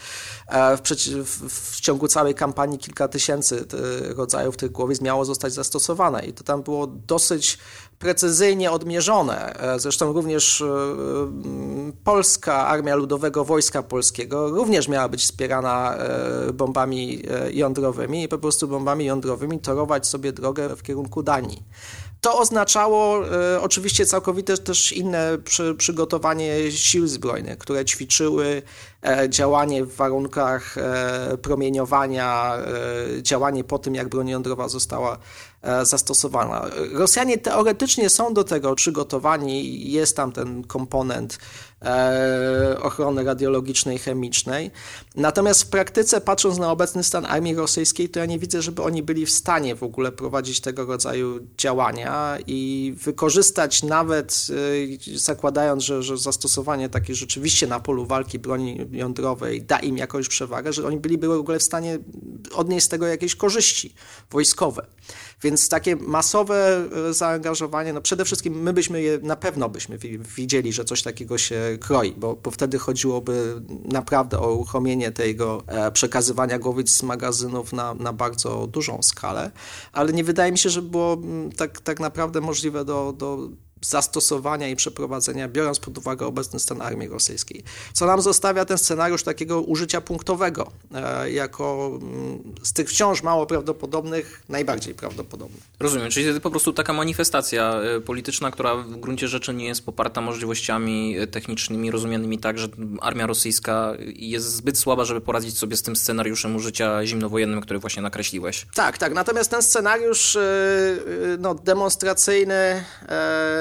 w ciągu całej kampanii kilka tysięcy rodzajów tych głowic miało zostać zastosowane. I to tam było dosyć precyzyjnie odmierzone. Zresztą również polska Armia Ludowego Wojska Polskiego również miała być wspierana bombami jądrowymi i po prostu bombami jądrowymi torować sobie drogę w kierunku Danii. To oznaczało oczywiście całkowite też inne przygotowanie sił zbrojnych, które ćwiczyły działanie w warunkach promieniowania, działanie po tym, jak broń jądrowa została zastosowana. Rosjanie teoretycznie są do tego przygotowani, jest tam ten komponent ochrony radiologicznej, chemicznej. Natomiast w praktyce, patrząc na obecny stan armii rosyjskiej, to ja nie widzę, żeby oni byli w stanie w ogóle prowadzić tego rodzaju działania i wykorzystać nawet, zakładając, że zastosowanie takie rzeczywiście na polu walki broni jądrowej da im jakąś przewagę, że oni byliby w ogóle w stanie odnieść z tego jakieś korzyści wojskowe. Więc takie masowe zaangażowanie, przede wszystkim my na pewno byśmy widzieli, że coś takiego się kroi, bo wtedy chodziłoby naprawdę o uruchomienie tego przekazywania głowic z magazynów na bardzo dużą skalę, ale nie wydaje mi się, że było tak naprawdę możliwe do zastosowania i przeprowadzenia, biorąc pod uwagę obecny stan armii rosyjskiej. Co nam zostawia ten scenariusz takiego użycia punktowego, jako z tych wciąż mało prawdopodobnych, najbardziej prawdopodobny. Rozumiem, czyli to po prostu taka manifestacja polityczna, która w gruncie rzeczy nie jest poparta możliwościami technicznymi, rozumianymi tak, że armia rosyjska jest zbyt słaba, żeby poradzić sobie z tym scenariuszem użycia zimnowojennym, który właśnie nakreśliłeś. Tak. Natomiast ten scenariusz demonstracyjny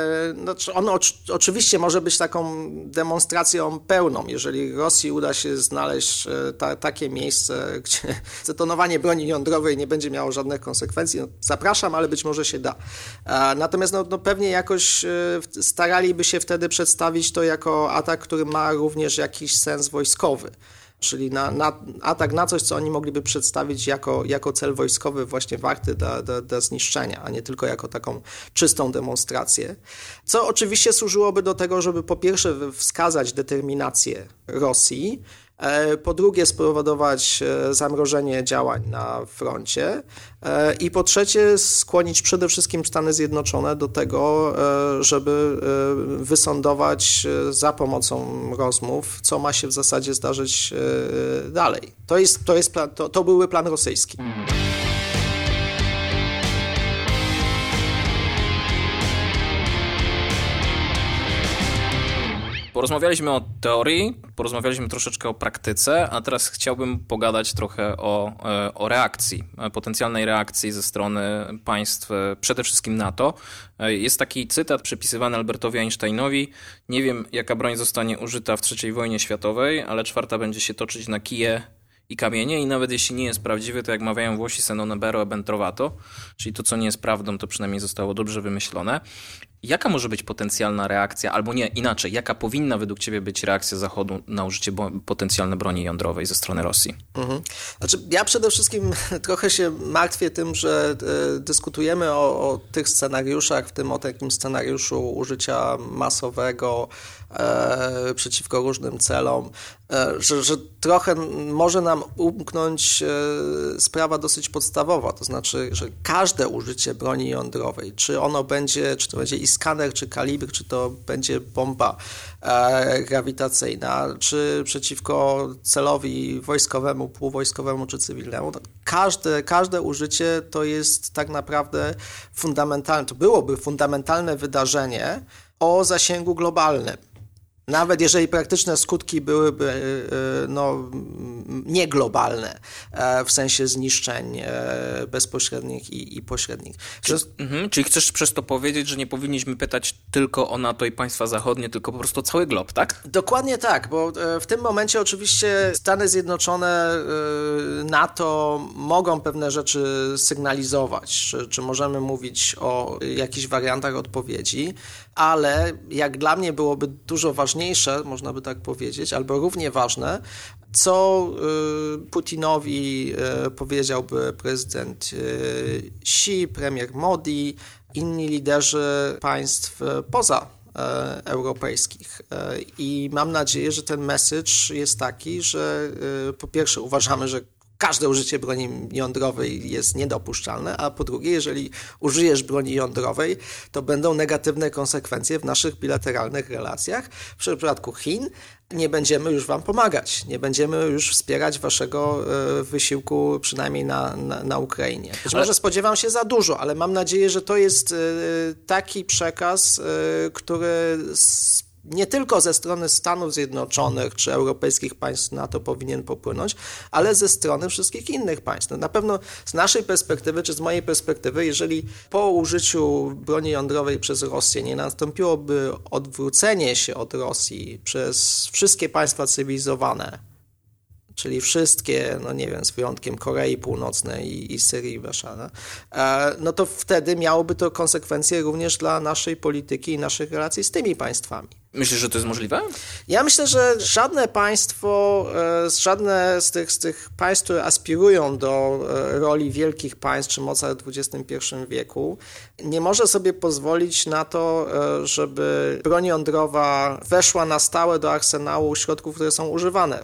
on oczywiście może być taką demonstracją pełną. Jeżeli Rosji uda się znaleźć takie miejsce, gdzie zdetonowanie broni jądrowej nie będzie miało żadnych konsekwencji, zapraszam, ale być może się da. Natomiast pewnie jakoś staraliby się wtedy przedstawić to jako atak, który ma również jakiś sens wojskowy. Czyli atak na coś, co oni mogliby przedstawić jako cel wojskowy właśnie warty do zniszczenia, a nie tylko jako taką czystą demonstrację. Co oczywiście służyłoby do tego, żeby po pierwsze wskazać determinację Rosji, po drugie spowodować zamrożenie działań na froncie i po trzecie skłonić przede wszystkim Stany Zjednoczone do tego, żeby wysądować za pomocą rozmów, co ma się w zasadzie zdarzyć dalej. To byłby plan rosyjski. Porozmawialiśmy o teorii, porozmawialiśmy troszeczkę o praktyce, a teraz chciałbym pogadać trochę o reakcji, potencjalnej reakcji ze strony państw, przede wszystkim NATO. Jest taki cytat przypisywany Albertowi Einsteinowi: nie wiem, jaka broń zostanie użyta w III wojnie światowej, ale czwarta będzie się toczyć na kije i kamienie i nawet jeśli nie jest prawdziwy, to jak mawiają Włosi, se non è vero, è ben trovato, czyli to, co nie jest prawdą, to przynajmniej zostało dobrze wymyślone. Jaka może być potencjalna reakcja, albo nie, inaczej, jaka powinna według Ciebie być reakcja Zachodu na użycie potencjalne broni jądrowej ze strony Rosji? Znaczy, ja przede wszystkim trochę się martwię tym, że dyskutujemy o tych scenariuszach, w tym o takim scenariuszu użycia masowego przeciwko różnym celom, że trochę może nam umknąć sprawa dosyć podstawowa, to znaczy, że każde użycie broni jądrowej, czy to będzie Iskander, czy kalibr, czy to będzie bomba grawitacyjna, czy przeciwko celowi wojskowemu, półwojskowemu, czy cywilnemu, to każde użycie to jest tak naprawdę fundamentalne, to byłoby fundamentalne wydarzenie o zasięgu globalnym. Nawet jeżeli praktyczne skutki byłyby nieglobalne w sensie zniszczeń bezpośrednich i pośrednich. Czyli chcesz przez to powiedzieć, że nie powinniśmy pytać tylko o NATO i państwa zachodnie, tylko po prostu cały glob, tak? Dokładnie tak, bo w tym momencie oczywiście Stany Zjednoczone, NATO mogą pewne rzeczy sygnalizować, czy możemy mówić o jakichś wariantach odpowiedzi, ale jak dla mnie byłoby dużo ważniejsze, można by tak powiedzieć, albo równie ważne, co Putinowi powiedziałby prezydent Xi, premier Modi, inni liderzy państw poza europejskich. I mam nadzieję, że ten message jest taki, że po pierwsze uważamy, że każde użycie broni jądrowej jest niedopuszczalne, a po drugie, jeżeli użyjesz broni jądrowej, to będą negatywne konsekwencje w naszych bilateralnych relacjach. W przypadku Chin nie będziemy już wam pomagać, nie będziemy już wspierać waszego wysiłku, przynajmniej na Ukrainie. Być może spodziewam się za dużo, ale mam nadzieję, że to jest taki przekaz, który nie tylko ze strony Stanów Zjednoczonych czy europejskich państw NATO powinien popłynąć, ale ze strony wszystkich innych państw. No na pewno z naszej perspektywy, czy z mojej perspektywy, jeżeli po użyciu broni jądrowej przez Rosję nie nastąpiłoby odwrócenie się od Rosji przez wszystkie państwa cywilizowane, czyli wszystkie, z wyjątkiem Korei Północnej i Syrii i Bashara, no to wtedy miałoby to konsekwencje również dla naszej polityki i naszych relacji z tymi państwami. Myślisz, że to jest możliwe? Ja myślę, że żadne państwo, żadne z tych państw, które aspirują do roli wielkich państw czy mocarstw w XXI wieku, nie może sobie pozwolić na to, żeby broń jądrowa weszła na stałe do arsenału środków, które są używane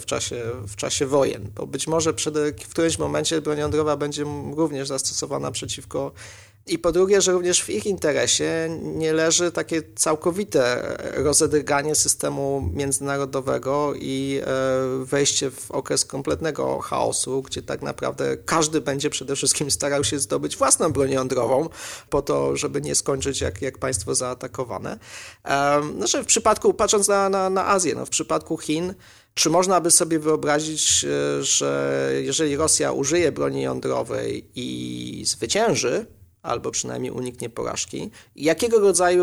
w czasie wojen. Bo być może w którymś momencie broń jądrowa będzie również zastosowana przeciwko. I po drugie, że również w ich interesie nie leży takie całkowite rozedrganie systemu międzynarodowego i wejście w okres kompletnego chaosu, gdzie tak naprawdę każdy będzie przede wszystkim starał się zdobyć własną broń jądrową po to, żeby nie skończyć jak państwo zaatakowane. W przypadku, patrząc na Azję, w przypadku Chin, czy można by sobie wyobrazić, że jeżeli Rosja użyje broni jądrowej i zwycięży, albo przynajmniej uniknie porażki. Jakiego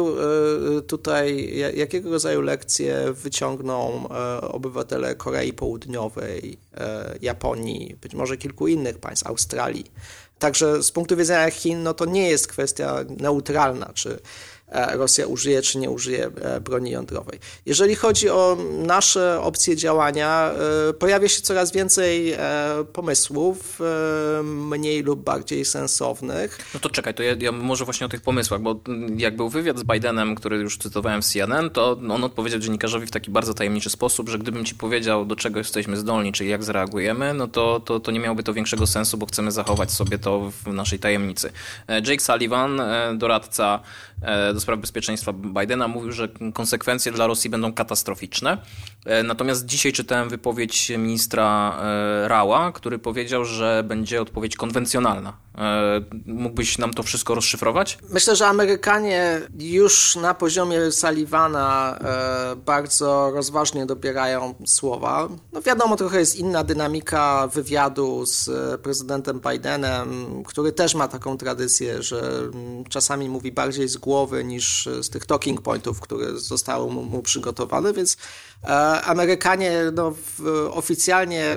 rodzaju lekcje wyciągną obywatele Korei Południowej, Japonii, być może kilku innych państw, Australii? Także z punktu widzenia Chin, no to nie jest kwestia neutralna, czy Rosja użyje, czy nie użyje broni jądrowej. Jeżeli chodzi o nasze opcje działania, pojawia się coraz więcej pomysłów, mniej lub bardziej sensownych. No to czekaj, to ja może właśnie o tych pomysłach, bo jak był wywiad z Bidenem, który już cytowałem w CNN, to on odpowiedział dziennikarzowi w taki bardzo tajemniczy sposób, że gdybym ci powiedział, do czego jesteśmy zdolni, czyli jak zareagujemy, no to nie miałoby to większego sensu, bo chcemy zachować sobie to w naszej tajemnicy. Jake Sullivan, doradca do spraw bezpieczeństwa Bidena, mówił, że konsekwencje dla Rosji będą katastroficzne. Natomiast dzisiaj czytałem wypowiedź ministra Raua, który powiedział, że będzie odpowiedź konwencjonalna. Mógłbyś nam to wszystko rozszyfrować? Myślę, że Amerykanie już na poziomie Sullivana bardzo rozważnie dobierają słowa. No wiadomo, trochę jest inna dynamika wywiadu z prezydentem Bidenem, który też ma taką tradycję, że czasami mówi bardziej z głowy niż z tych talking pointów, które zostały mu przygotowane, więc Amerykanie oficjalnie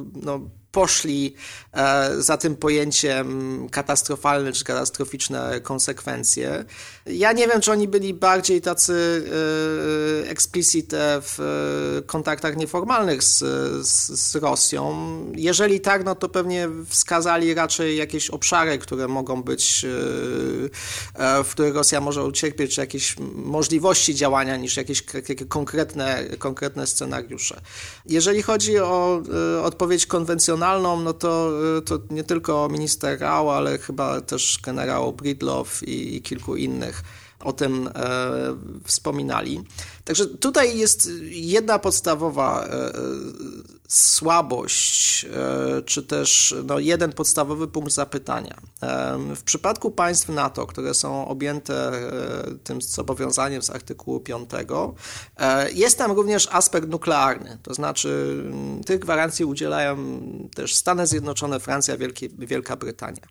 poszli za tym pojęciem katastrofalne czy katastroficzne konsekwencje. Ja nie wiem, czy oni byli bardziej tacy explicite w kontaktach nieformalnych z Rosją. Jeżeli tak, no to pewnie wskazali raczej jakieś obszary, które mogą być, w których Rosja może ucierpieć, czy jakieś możliwości działania niż jakieś konkretne scenariusze. Jeżeli chodzi o odpowiedź konwencjonalną, no to nie tylko minister Rao, ale chyba też generał Breedlove i kilku innych o tym wspominali. Także tutaj jest jedna podstawowa słabość, czy też jeden podstawowy punkt zapytania. W przypadku państw NATO, które są objęte tym zobowiązaniem z artykułu 5, jest tam również aspekt nuklearny, to znaczy tych gwarancji udzielają też Stany Zjednoczone, Francja, Wielka Brytania.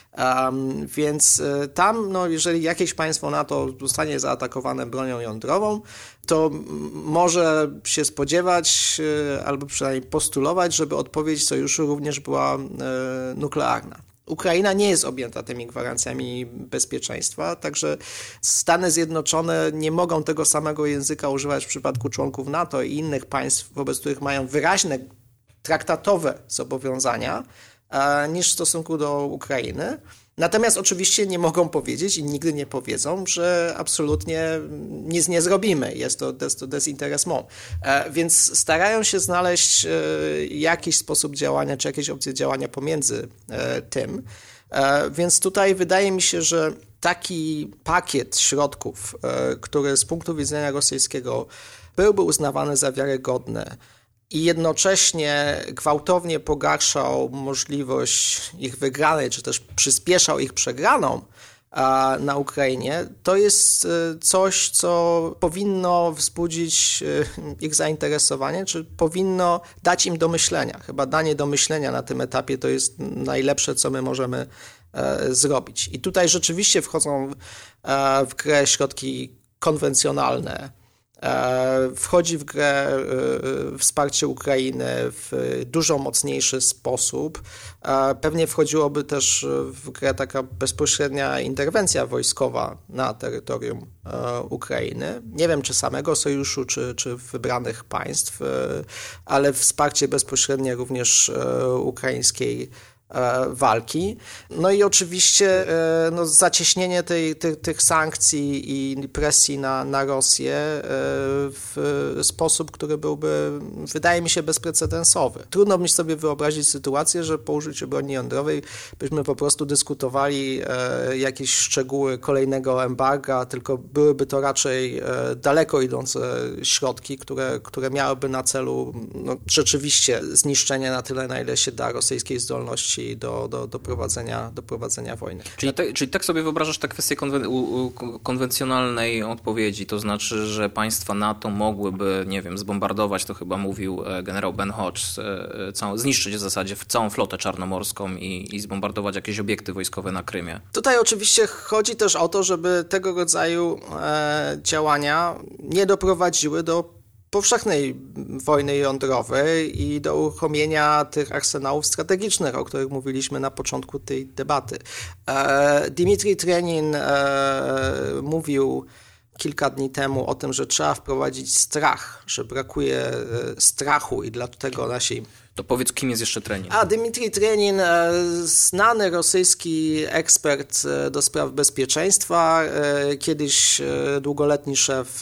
Więc tam, jeżeli jakieś państwo NATO zostanie zaatakowane bronią jądrową, to może się spodziewać, albo przynajmniej postulować, żeby odpowiedź sojuszu również była nuklearna. Ukraina nie jest objęta tymi gwarancjami bezpieczeństwa, także Stany Zjednoczone nie mogą tego samego języka używać w przypadku członków NATO i innych państw, wobec których mają wyraźne traktatowe zobowiązania, niż w stosunku do Ukrainy. Natomiast oczywiście nie mogą powiedzieć i nigdy nie powiedzą, że absolutnie nic nie zrobimy. Jest to dezinteresment. Więc starają się znaleźć jakiś sposób działania, czy jakieś opcje działania pomiędzy tym. Więc tutaj wydaje mi się, że taki pakiet środków, który z punktu widzenia rosyjskiego byłby uznawany za wiarygodny, i jednocześnie gwałtownie pogarszał możliwość ich wygranej, czy też przyspieszał ich przegraną na Ukrainie, to jest coś, co powinno wzbudzić ich zainteresowanie, czy powinno dać im do myślenia. Chyba danie do myślenia na tym etapie to jest najlepsze, co my możemy zrobić. I tutaj rzeczywiście wchodzą w grę środki konwencjonalne, wchodzi w grę wsparcie Ukrainy w dużo mocniejszy sposób. Pewnie wchodziłoby też w grę taka bezpośrednia interwencja wojskowa na terytorium Ukrainy. Nie wiem, czy samego sojuszu, czy wybranych państw, ale wsparcie bezpośrednie również ukraińskiej walki. No i oczywiście zacieśnienie tych sankcji i presji na Rosję w sposób, który byłby, wydaje mi się, bezprecedensowy. Trudno mi sobie wyobrazić sytuację, że po użyciu broni jądrowej byśmy po prostu dyskutowali jakieś szczegóły kolejnego embarga, tylko byłyby to raczej daleko idące środki, które miałyby na celu rzeczywiście zniszczenie na tyle, na ile się da rosyjskiej zdolności doszli do prowadzenia wojny. Czyli tak sobie wyobrażasz tę kwestię konwencjonalnej odpowiedzi, to znaczy, że państwa NATO mogłyby, nie wiem, zbombardować, to chyba mówił generał Ben Hodges, zniszczyć w zasadzie całą flotę czarnomorską i zbombardować jakieś obiekty wojskowe na Krymie. Tutaj oczywiście chodzi też o to, żeby tego rodzaju działania nie doprowadziły do powszechnej wojny jądrowej i do uruchomienia tych arsenałów strategicznych, o których mówiliśmy na początku tej debaty. Dmitrij Trenin mówił kilka dni temu o tym, że trzeba wprowadzić strach, że brakuje strachu i dlatego nasi... To powiedz, kim jest jeszcze Trenin? Dmitrij Trenin, znany rosyjski ekspert do spraw bezpieczeństwa, kiedyś długoletni szef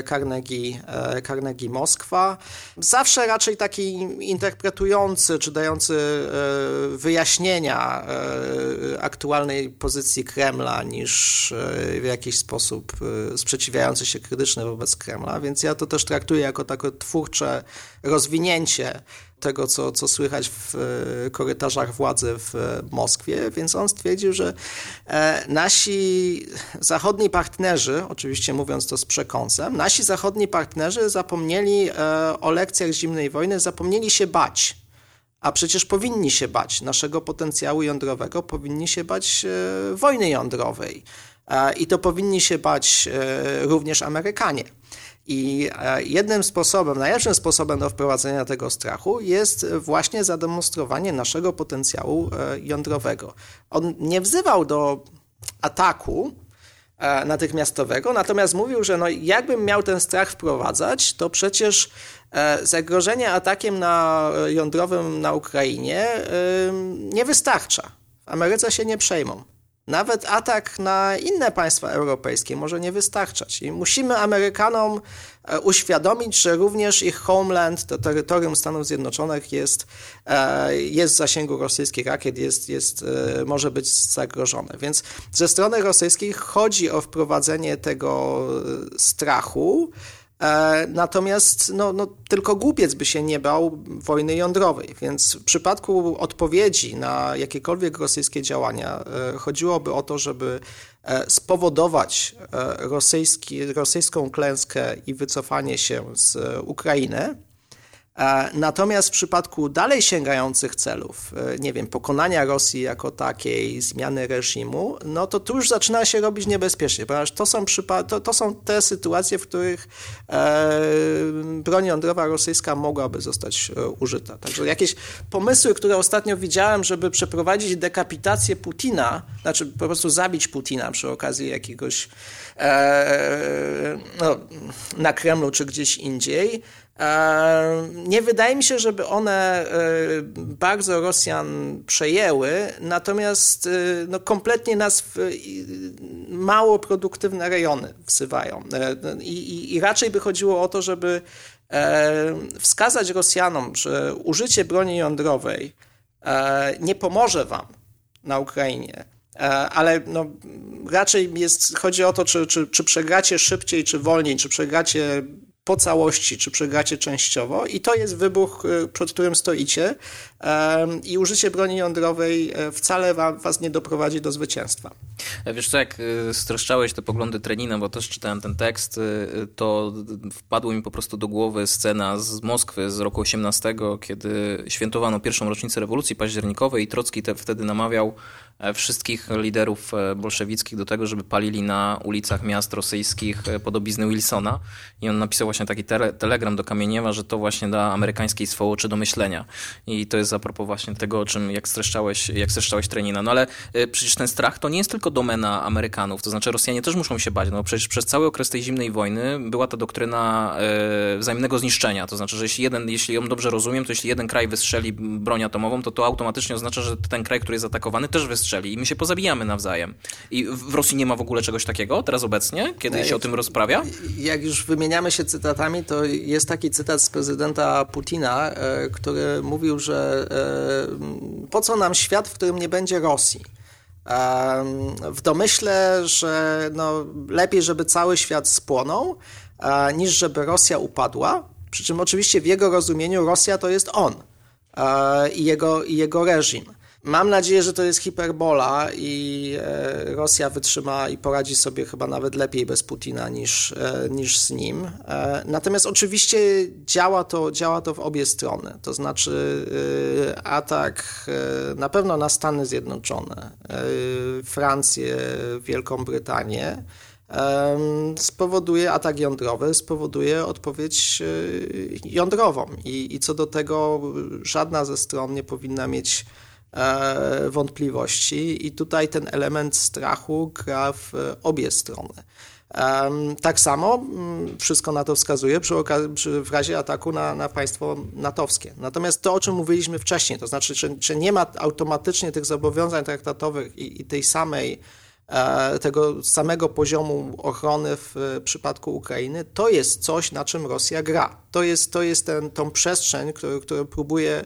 Carnegie Moskwa. Zawsze raczej taki interpretujący, czy dający wyjaśnienia aktualnej pozycji Kremla, niż w jakiś sposób sprzeciwiający się krytycznie wobec Kremla, więc ja to też traktuję jako takie twórcze rozwinięcie tego, co słychać w korytarzach władzy w Moskwie, więc on stwierdził, że nasi zachodni partnerzy, oczywiście mówiąc to z przekąsem, nasi zachodni partnerzy zapomnieli o lekcjach zimnej wojny, zapomnieli się bać. A przecież powinni się bać naszego potencjału jądrowego, powinni się bać wojny jądrowej. I to powinni się bać również Amerykanie. I jednym sposobem, najlepszym sposobem do wprowadzenia tego strachu jest właśnie zademonstrowanie naszego potencjału jądrowego. On nie wzywał do ataku natychmiastowego, natomiast mówił, że jakbym miał ten strach wprowadzać, to przecież zagrożenie atakiem jądrowym na Ukrainie nie wystarcza. W Ameryce się nie przejmą. Nawet atak na inne państwa europejskie może nie wystarczać. I musimy Amerykanom uświadomić, że również ich homeland, to terytorium Stanów Zjednoczonych jest w zasięgu rosyjskich rakiet, może być zagrożone. Więc ze strony rosyjskiej chodzi o wprowadzenie tego strachu, natomiast tylko głupiec by się nie bał wojny jądrowej, więc w przypadku odpowiedzi na jakiekolwiek rosyjskie działania chodziłoby o to, żeby spowodować rosyjską klęskę i wycofanie się z Ukrainy. Natomiast w przypadku dalej sięgających celów, nie wiem, pokonania Rosji jako takiej, zmiany reżimu, to tu już zaczyna się robić niebezpiecznie, ponieważ to są te sytuacje, w których broń jądrowa rosyjska mogłaby zostać użyta. Także jakieś pomysły, które ostatnio widziałem, żeby przeprowadzić dekapitację Putina, znaczy po prostu zabić Putina przy okazji jakiegoś na Kremlu czy gdzieś indziej, nie wydaje mi się, żeby one bardzo Rosjan przejęły, natomiast kompletnie nas w mało produktywne rejony wzywają. I raczej by chodziło o to, żeby wskazać Rosjanom, że użycie broni jądrowej nie pomoże wam na Ukrainie, ale raczej chodzi o to, czy przegracie szybciej, czy wolniej, czy przegracie po całości, czy przegracie częściowo i to jest wybuch, przed którym stoicie i użycie broni jądrowej wcale was nie doprowadzi do zwycięstwa. Wiesz co, jak streszczałeś te poglądy Trenina, bo też czytałem ten tekst, to wpadło mi po prostu do głowy scena z Moskwy z roku 18, kiedy świętowano pierwszą rocznicę rewolucji październikowej i Trocki wtedy namawiał wszystkich liderów bolszewickich do tego, żeby palili na ulicach miast rosyjskich podobizny Wilsona i on napisał właśnie taki telegram do Kamieniewa, że to właśnie da amerykańskiej swołoczy do myślenia i to jest a propos właśnie tego, o czym jak streszczałeś Trenina. Ale przecież ten strach to nie jest tylko domena Amerykanów, to znaczy Rosjanie też muszą się bać, przecież przez cały okres tej zimnej wojny była ta doktryna wzajemnego zniszczenia, to znaczy, że jeśli ją dobrze rozumiem, to jeśli jeden kraj wystrzeli broń atomową, to automatycznie oznacza, że ten kraj, który jest atakowany, też wystrzeli i my się pozabijamy nawzajem. I w Rosji nie ma w ogóle czegoś takiego teraz obecnie, kiedy się o tym rozprawia? Jak już wymieniamy się cytatami, to jest taki cytat z prezydenta Putina, który mówił, że po co nam świat, w którym nie będzie Rosji? W domyśle, że lepiej, żeby cały świat spłonął, niż żeby Rosja upadła. Przy czym oczywiście w jego rozumieniu Rosja to jest on i jego reżim. Mam nadzieję, że to jest hiperbola i Rosja wytrzyma i poradzi sobie chyba nawet lepiej bez Putina niż z nim. Natomiast oczywiście działa to w obie strony. To znaczy atak na pewno na Stany Zjednoczone, Francję, Wielką Brytanię spowoduje atak jądrowy, spowoduje odpowiedź jądrową i co do tego żadna ze stron nie powinna mieć wątpliwości i tutaj ten element strachu gra w obie strony. Tak samo wszystko na to wskazuje w razie ataku na państwo natowskie. Natomiast to, o czym mówiliśmy wcześniej, to znaczy, że nie ma automatycznie tych zobowiązań traktatowych i tego samego poziomu ochrony w przypadku Ukrainy, to jest coś, na czym Rosja gra. To jest tą przestrzeń, którą próbuje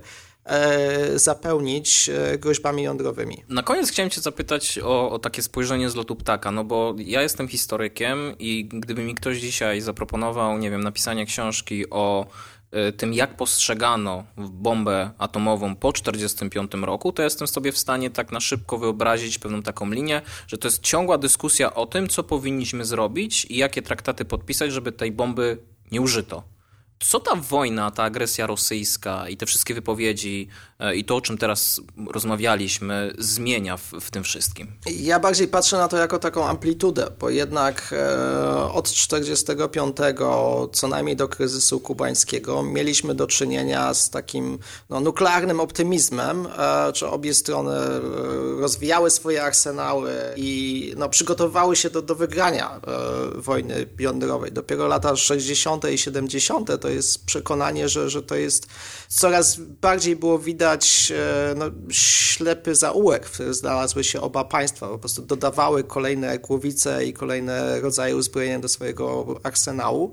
zapełnić groźbami jądrowymi. Na koniec chciałem cię zapytać o takie spojrzenie z lotu ptaka, no bo ja jestem historykiem i gdyby mi ktoś dzisiaj zaproponował, nie wiem, napisanie książki o tym, jak postrzegano bombę atomową po 1945 roku, to jestem sobie w stanie tak na szybko wyobrazić pewną taką linię, że to jest ciągła dyskusja o tym, co powinniśmy zrobić i jakie traktaty podpisać, żeby tej bomby nie użyto. Co ta wojna, ta agresja rosyjska i te wszystkie wypowiedzi i to, o czym teraz rozmawialiśmy, zmienia w tym wszystkim? Ja bardziej patrzę na to jako taką amplitudę, bo jednak od 1945 co najmniej do kryzysu kubańskiego mieliśmy do czynienia z takim nuklearnym optymizmem, że obie strony rozwijały swoje arsenały i przygotowywały się do wygrania wojny jądrowej. Dopiero lata 60. i 70. to jest przekonanie, że to jest coraz bardziej było widać ślepy zaułek, w którym znalazły się oba państwa. Po prostu dodawały kolejne głowice i kolejne rodzaje uzbrojenia do swojego arsenału.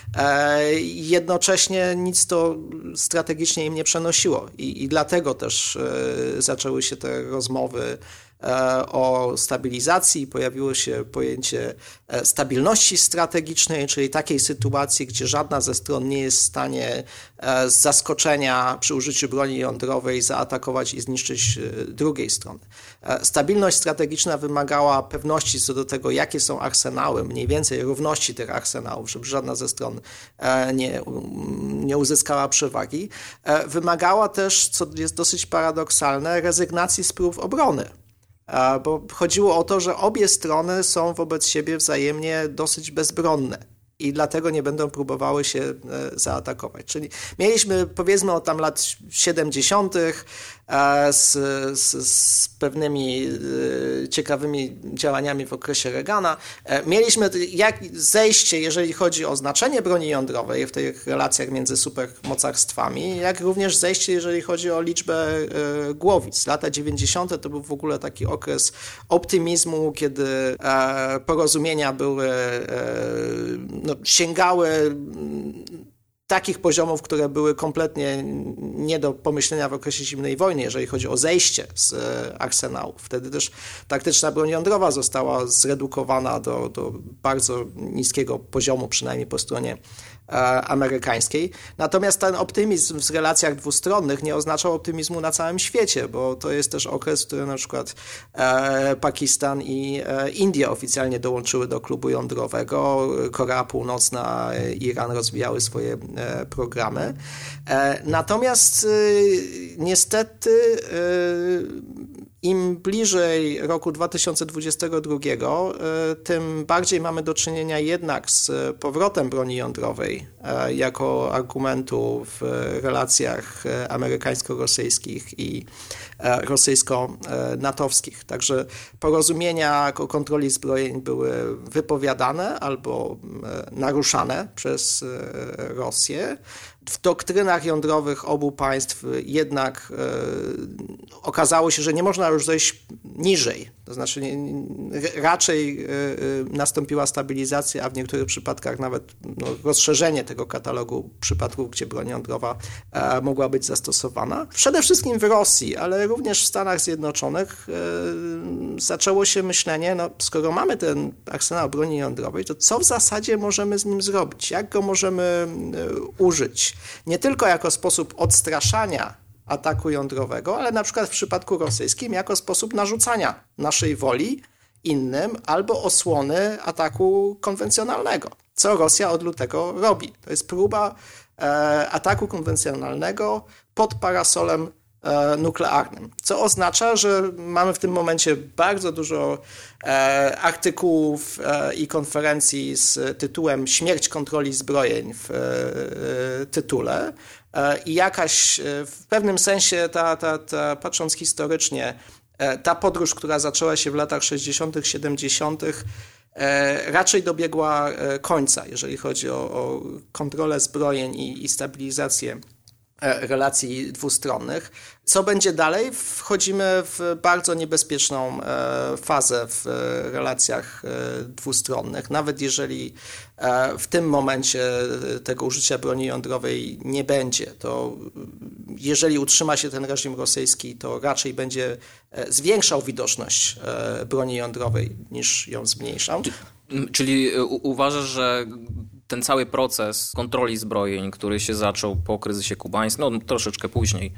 Jednocześnie nic to strategicznie im nie przenosiło i dlatego też zaczęły się te rozmowy o stabilizacji, pojawiło się pojęcie stabilności strategicznej, czyli takiej sytuacji, gdzie żadna ze stron nie jest w stanie z zaskoczenia przy użyciu broni jądrowej zaatakować i zniszczyć drugiej strony. Stabilność strategiczna wymagała pewności co do tego, jakie są arsenały, mniej więcej równości tych arsenałów, żeby żadna ze stron nie uzyskała przewagi. Wymagała też, co jest dosyć paradoksalne, rezygnacji z prób obrony. Bo chodziło o to, że obie strony są wobec siebie wzajemnie dosyć bezbronne i dlatego nie będą próbowały się zaatakować. Czyli mieliśmy, powiedzmy, od tam lat 70. z pewnymi ciekawymi działaniami w okresie Reagana. Mieliśmy zejście, jeżeli chodzi o znaczenie broni jądrowej w tych relacjach między supermocarstwami, jak również zejście, jeżeli chodzi o liczbę głowic. Lata 90. to był w ogóle taki okres optymizmu, kiedy porozumienia sięgały takich poziomów, które były kompletnie nie do pomyślenia w okresie zimnej wojny, jeżeli chodzi o zejście z arsenału. Wtedy też taktyczna broń jądrowa została zredukowana do bardzo niskiego poziomu, przynajmniej po stronie amerykańskiej. Natomiast ten optymizm w relacjach dwustronnych nie oznaczał optymizmu na całym świecie, bo to jest też okres, w którym na przykład Pakistan i Indie oficjalnie dołączyły do klubu jądrowego, Korea Północna, Iran rozwijały swoje programy. Natomiast niestety im bliżej roku 2022, tym bardziej mamy do czynienia jednak z powrotem broni jądrowej jako argumentu w relacjach amerykańsko-rosyjskich i rosyjsko-natowskich. Także porozumienia o kontroli zbrojeń były wypowiadane albo naruszane przez Rosję. W doktrynach jądrowych obu państw jednak okazało się, że nie można już zejść niżej. To znaczy raczej nastąpiła stabilizacja, a w niektórych przypadkach nawet rozszerzenie tego katalogu przypadków, gdzie broń jądrowa mogła być zastosowana. Przede wszystkim w Rosji, ale również w Stanach Zjednoczonych zaczęło się myślenie, skoro mamy ten arsenał broni jądrowej, to co w zasadzie możemy z nim zrobić? Jak go możemy użyć? Nie tylko jako sposób odstraszania ataku jądrowego, ale na przykład w przypadku rosyjskim jako sposób narzucania naszej woli innym albo osłony ataku konwencjonalnego. Co Rosja od lutego robi? To jest próba ataku konwencjonalnego pod parasolem nuklearnym, co oznacza, że mamy w tym momencie bardzo dużo artykułów i konferencji z tytułem Śmierć kontroli zbrojeń w tytule i jakaś w pewnym sensie patrząc historycznie, ta podróż, która zaczęła się w latach 60., 70., raczej dobiegła końca, jeżeli chodzi o kontrolę zbrojeń i stabilizację relacji dwustronnych. Co będzie dalej? Wchodzimy w bardzo niebezpieczną fazę w relacjach dwustronnych. Nawet jeżeli w tym momencie tego użycia broni jądrowej nie będzie, to jeżeli utrzyma się ten reżim rosyjski, to raczej będzie zwiększał widoczność broni jądrowej niż ją zmniejszał. Czyli uważasz, że ten cały proces kontroli zbrojeń, który się zaczął po kryzysie kubańskim, no troszeczkę później,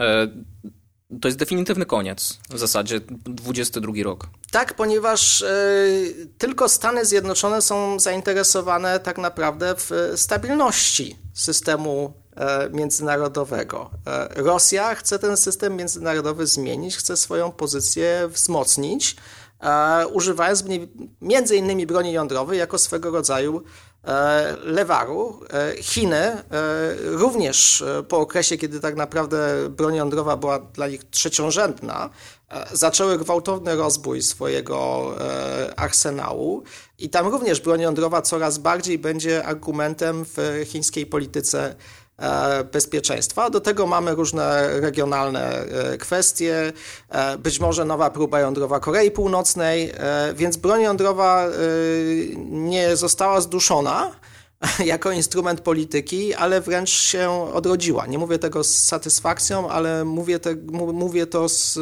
to jest definitywny koniec w zasadzie 22 rok. Tak, ponieważ tylko Stany Zjednoczone są zainteresowane tak naprawdę w stabilności systemu międzynarodowego. Rosja chce ten system międzynarodowy zmienić, chce swoją pozycję wzmocnić, używając między innymi broni jądrowej jako swego rodzaju lewaru. Chiny również po okresie, kiedy tak naprawdę broń jądrowa była dla nich trzeciorzędna, zaczęły gwałtowny rozbój swojego arsenału i tam również broń jądrowa coraz bardziej będzie argumentem w chińskiej polityce bezpieczeństwa. Do tego mamy różne regionalne kwestie, być może nowa próba jądrowa Korei Północnej, więc broń jądrowa nie została zduszona jako instrument polityki, ale wręcz się odrodziła. Nie mówię tego z satysfakcją, ale mówię to z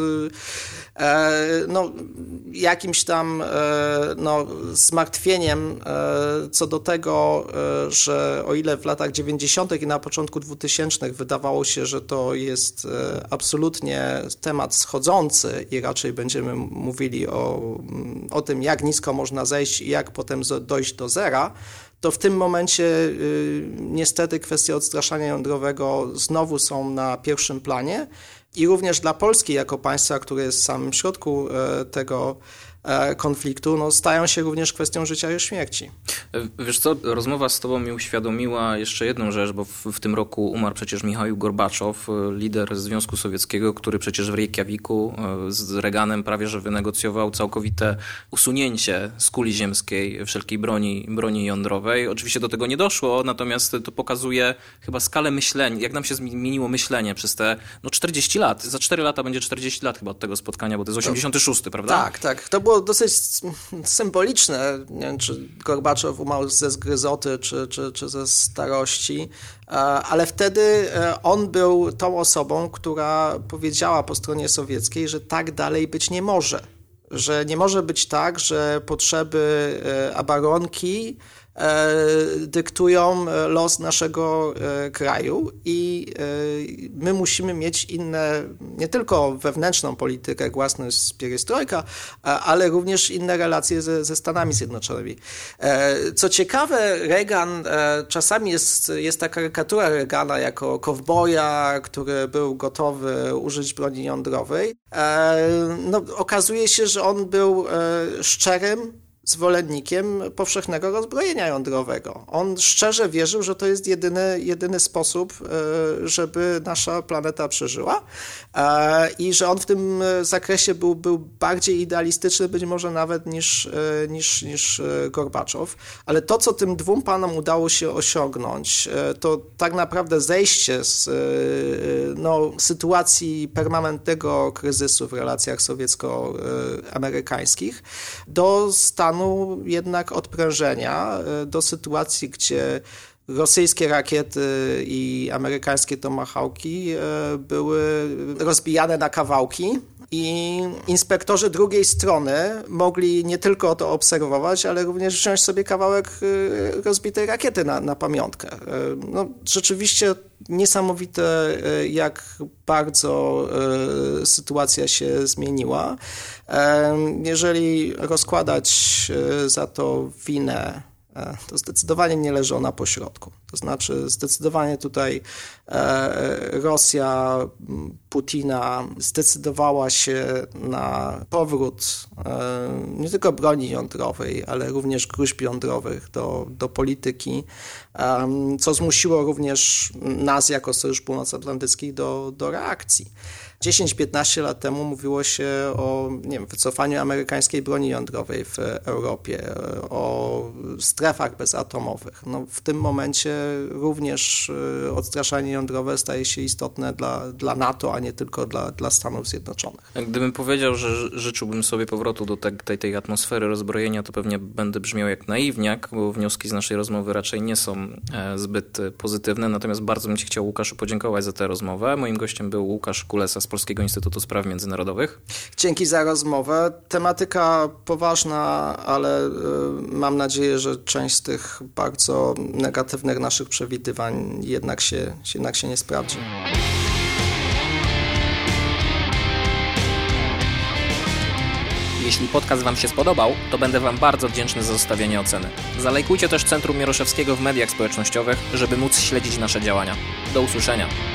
jakimś tam zmartwieniem co do tego, że o ile w latach 90. i na początku 2000 wydawało się, że to jest absolutnie temat schodzący i raczej będziemy mówili o tym, jak nisko można zejść i jak potem dojść do zera, to w tym momencie niestety kwestie odstraszania jądrowego znowu są na pierwszym planie i również dla Polski jako państwa, które jest w samym środku tego konfliktu, stają się również kwestią życia i śmierci. Wiesz co, rozmowa z tobą mi uświadomiła jeszcze jedną rzecz, bo w tym roku umarł przecież Michaił Gorbaczow, lider Związku Sowieckiego, który przecież w Reykjaviku z Reaganem prawie że wynegocjował całkowite usunięcie z kuli ziemskiej wszelkiej broni jądrowej. Oczywiście do tego nie doszło, natomiast to pokazuje chyba skalę myślenia, jak nam się zmieniło myślenie przez te 40 lat. Za 4 lata będzie 40 lat chyba od tego spotkania, bo to jest 86, prawda? Tak. To było dosyć symboliczne. Nie wiem, czy Gorbaczow umarł ze zgryzoty, czy ze starości, ale wtedy on był tą osobą, która powiedziała po stronie sowieckiej, że tak dalej być nie może. Że nie może być tak, że potrzeby Abaronki dyktują los naszego kraju i my musimy mieć inne, nie tylko wewnętrzną politykę, głasność pierestrojka, ale również inne relacje ze Stanami Zjednoczonymi. Co ciekawe, Reagan, czasami jest ta karykatura Reagana jako kowboja, który był gotowy użyć broni jądrowej. Okazuje się, że on był szczerym zwolennikiem powszechnego rozbrojenia jądrowego. On szczerze wierzył, że to jest jedyny sposób, żeby nasza planeta przeżyła i że on w tym zakresie był bardziej idealistyczny być może nawet niż Gorbaczow. Ale to, co tym dwóm panom udało się osiągnąć, to tak naprawdę zejście z sytuacji permanentnego kryzysu w relacjach sowiecko-amerykańskich do stanu jednak odprężenia, do sytuacji, gdzie rosyjskie rakiety i amerykańskie tomahawki były rozbijane na kawałki i inspektorzy drugiej strony mogli nie tylko to obserwować, ale również wziąć sobie kawałek rozbitej rakiety na pamiątkę. No, rzeczywiście niesamowite, jak bardzo sytuacja się zmieniła. Jeżeli rozkładać za to winę, to zdecydowanie nie leży ona po środku. To znaczy zdecydowanie tutaj Rosja Putina zdecydowała się na powrót nie tylko broni jądrowej, ale również gruźb jądrowych do polityki, co zmusiło również nas jako Sojusz Północnoatlantycki do reakcji. 10-15 lat temu mówiło się o wycofaniu amerykańskiej broni jądrowej w Europie, o strefach bezatomowych. No, w tym momencie również odstraszanie jądrowe staje się istotne dla NATO, a nie tylko dla Stanów Zjednoczonych. Gdybym powiedział, że życzyłbym sobie powrotu do tej atmosfery rozbrojenia, to pewnie będę brzmiał jak naiwniak, bo wnioski z naszej rozmowy raczej nie są zbyt pozytywne. Natomiast bardzo bym Ci chciał, Łukaszu, podziękować za tę rozmowę. Moim gościem był Łukasz Kulesa z Polskiego Instytutu Spraw Międzynarodowych. Dzięki za rozmowę. Tematyka poważna, ale mam nadzieję, że część z tych bardzo negatywnych naszych przewidywań jednak się nie sprawdzi. Jeśli podcast Wam się spodobał, to będę Wam bardzo wdzięczny za zostawienie oceny. Zalajkujcie też Centrum Jaroszewskiego w mediach społecznościowych, żeby móc śledzić nasze działania. Do usłyszenia.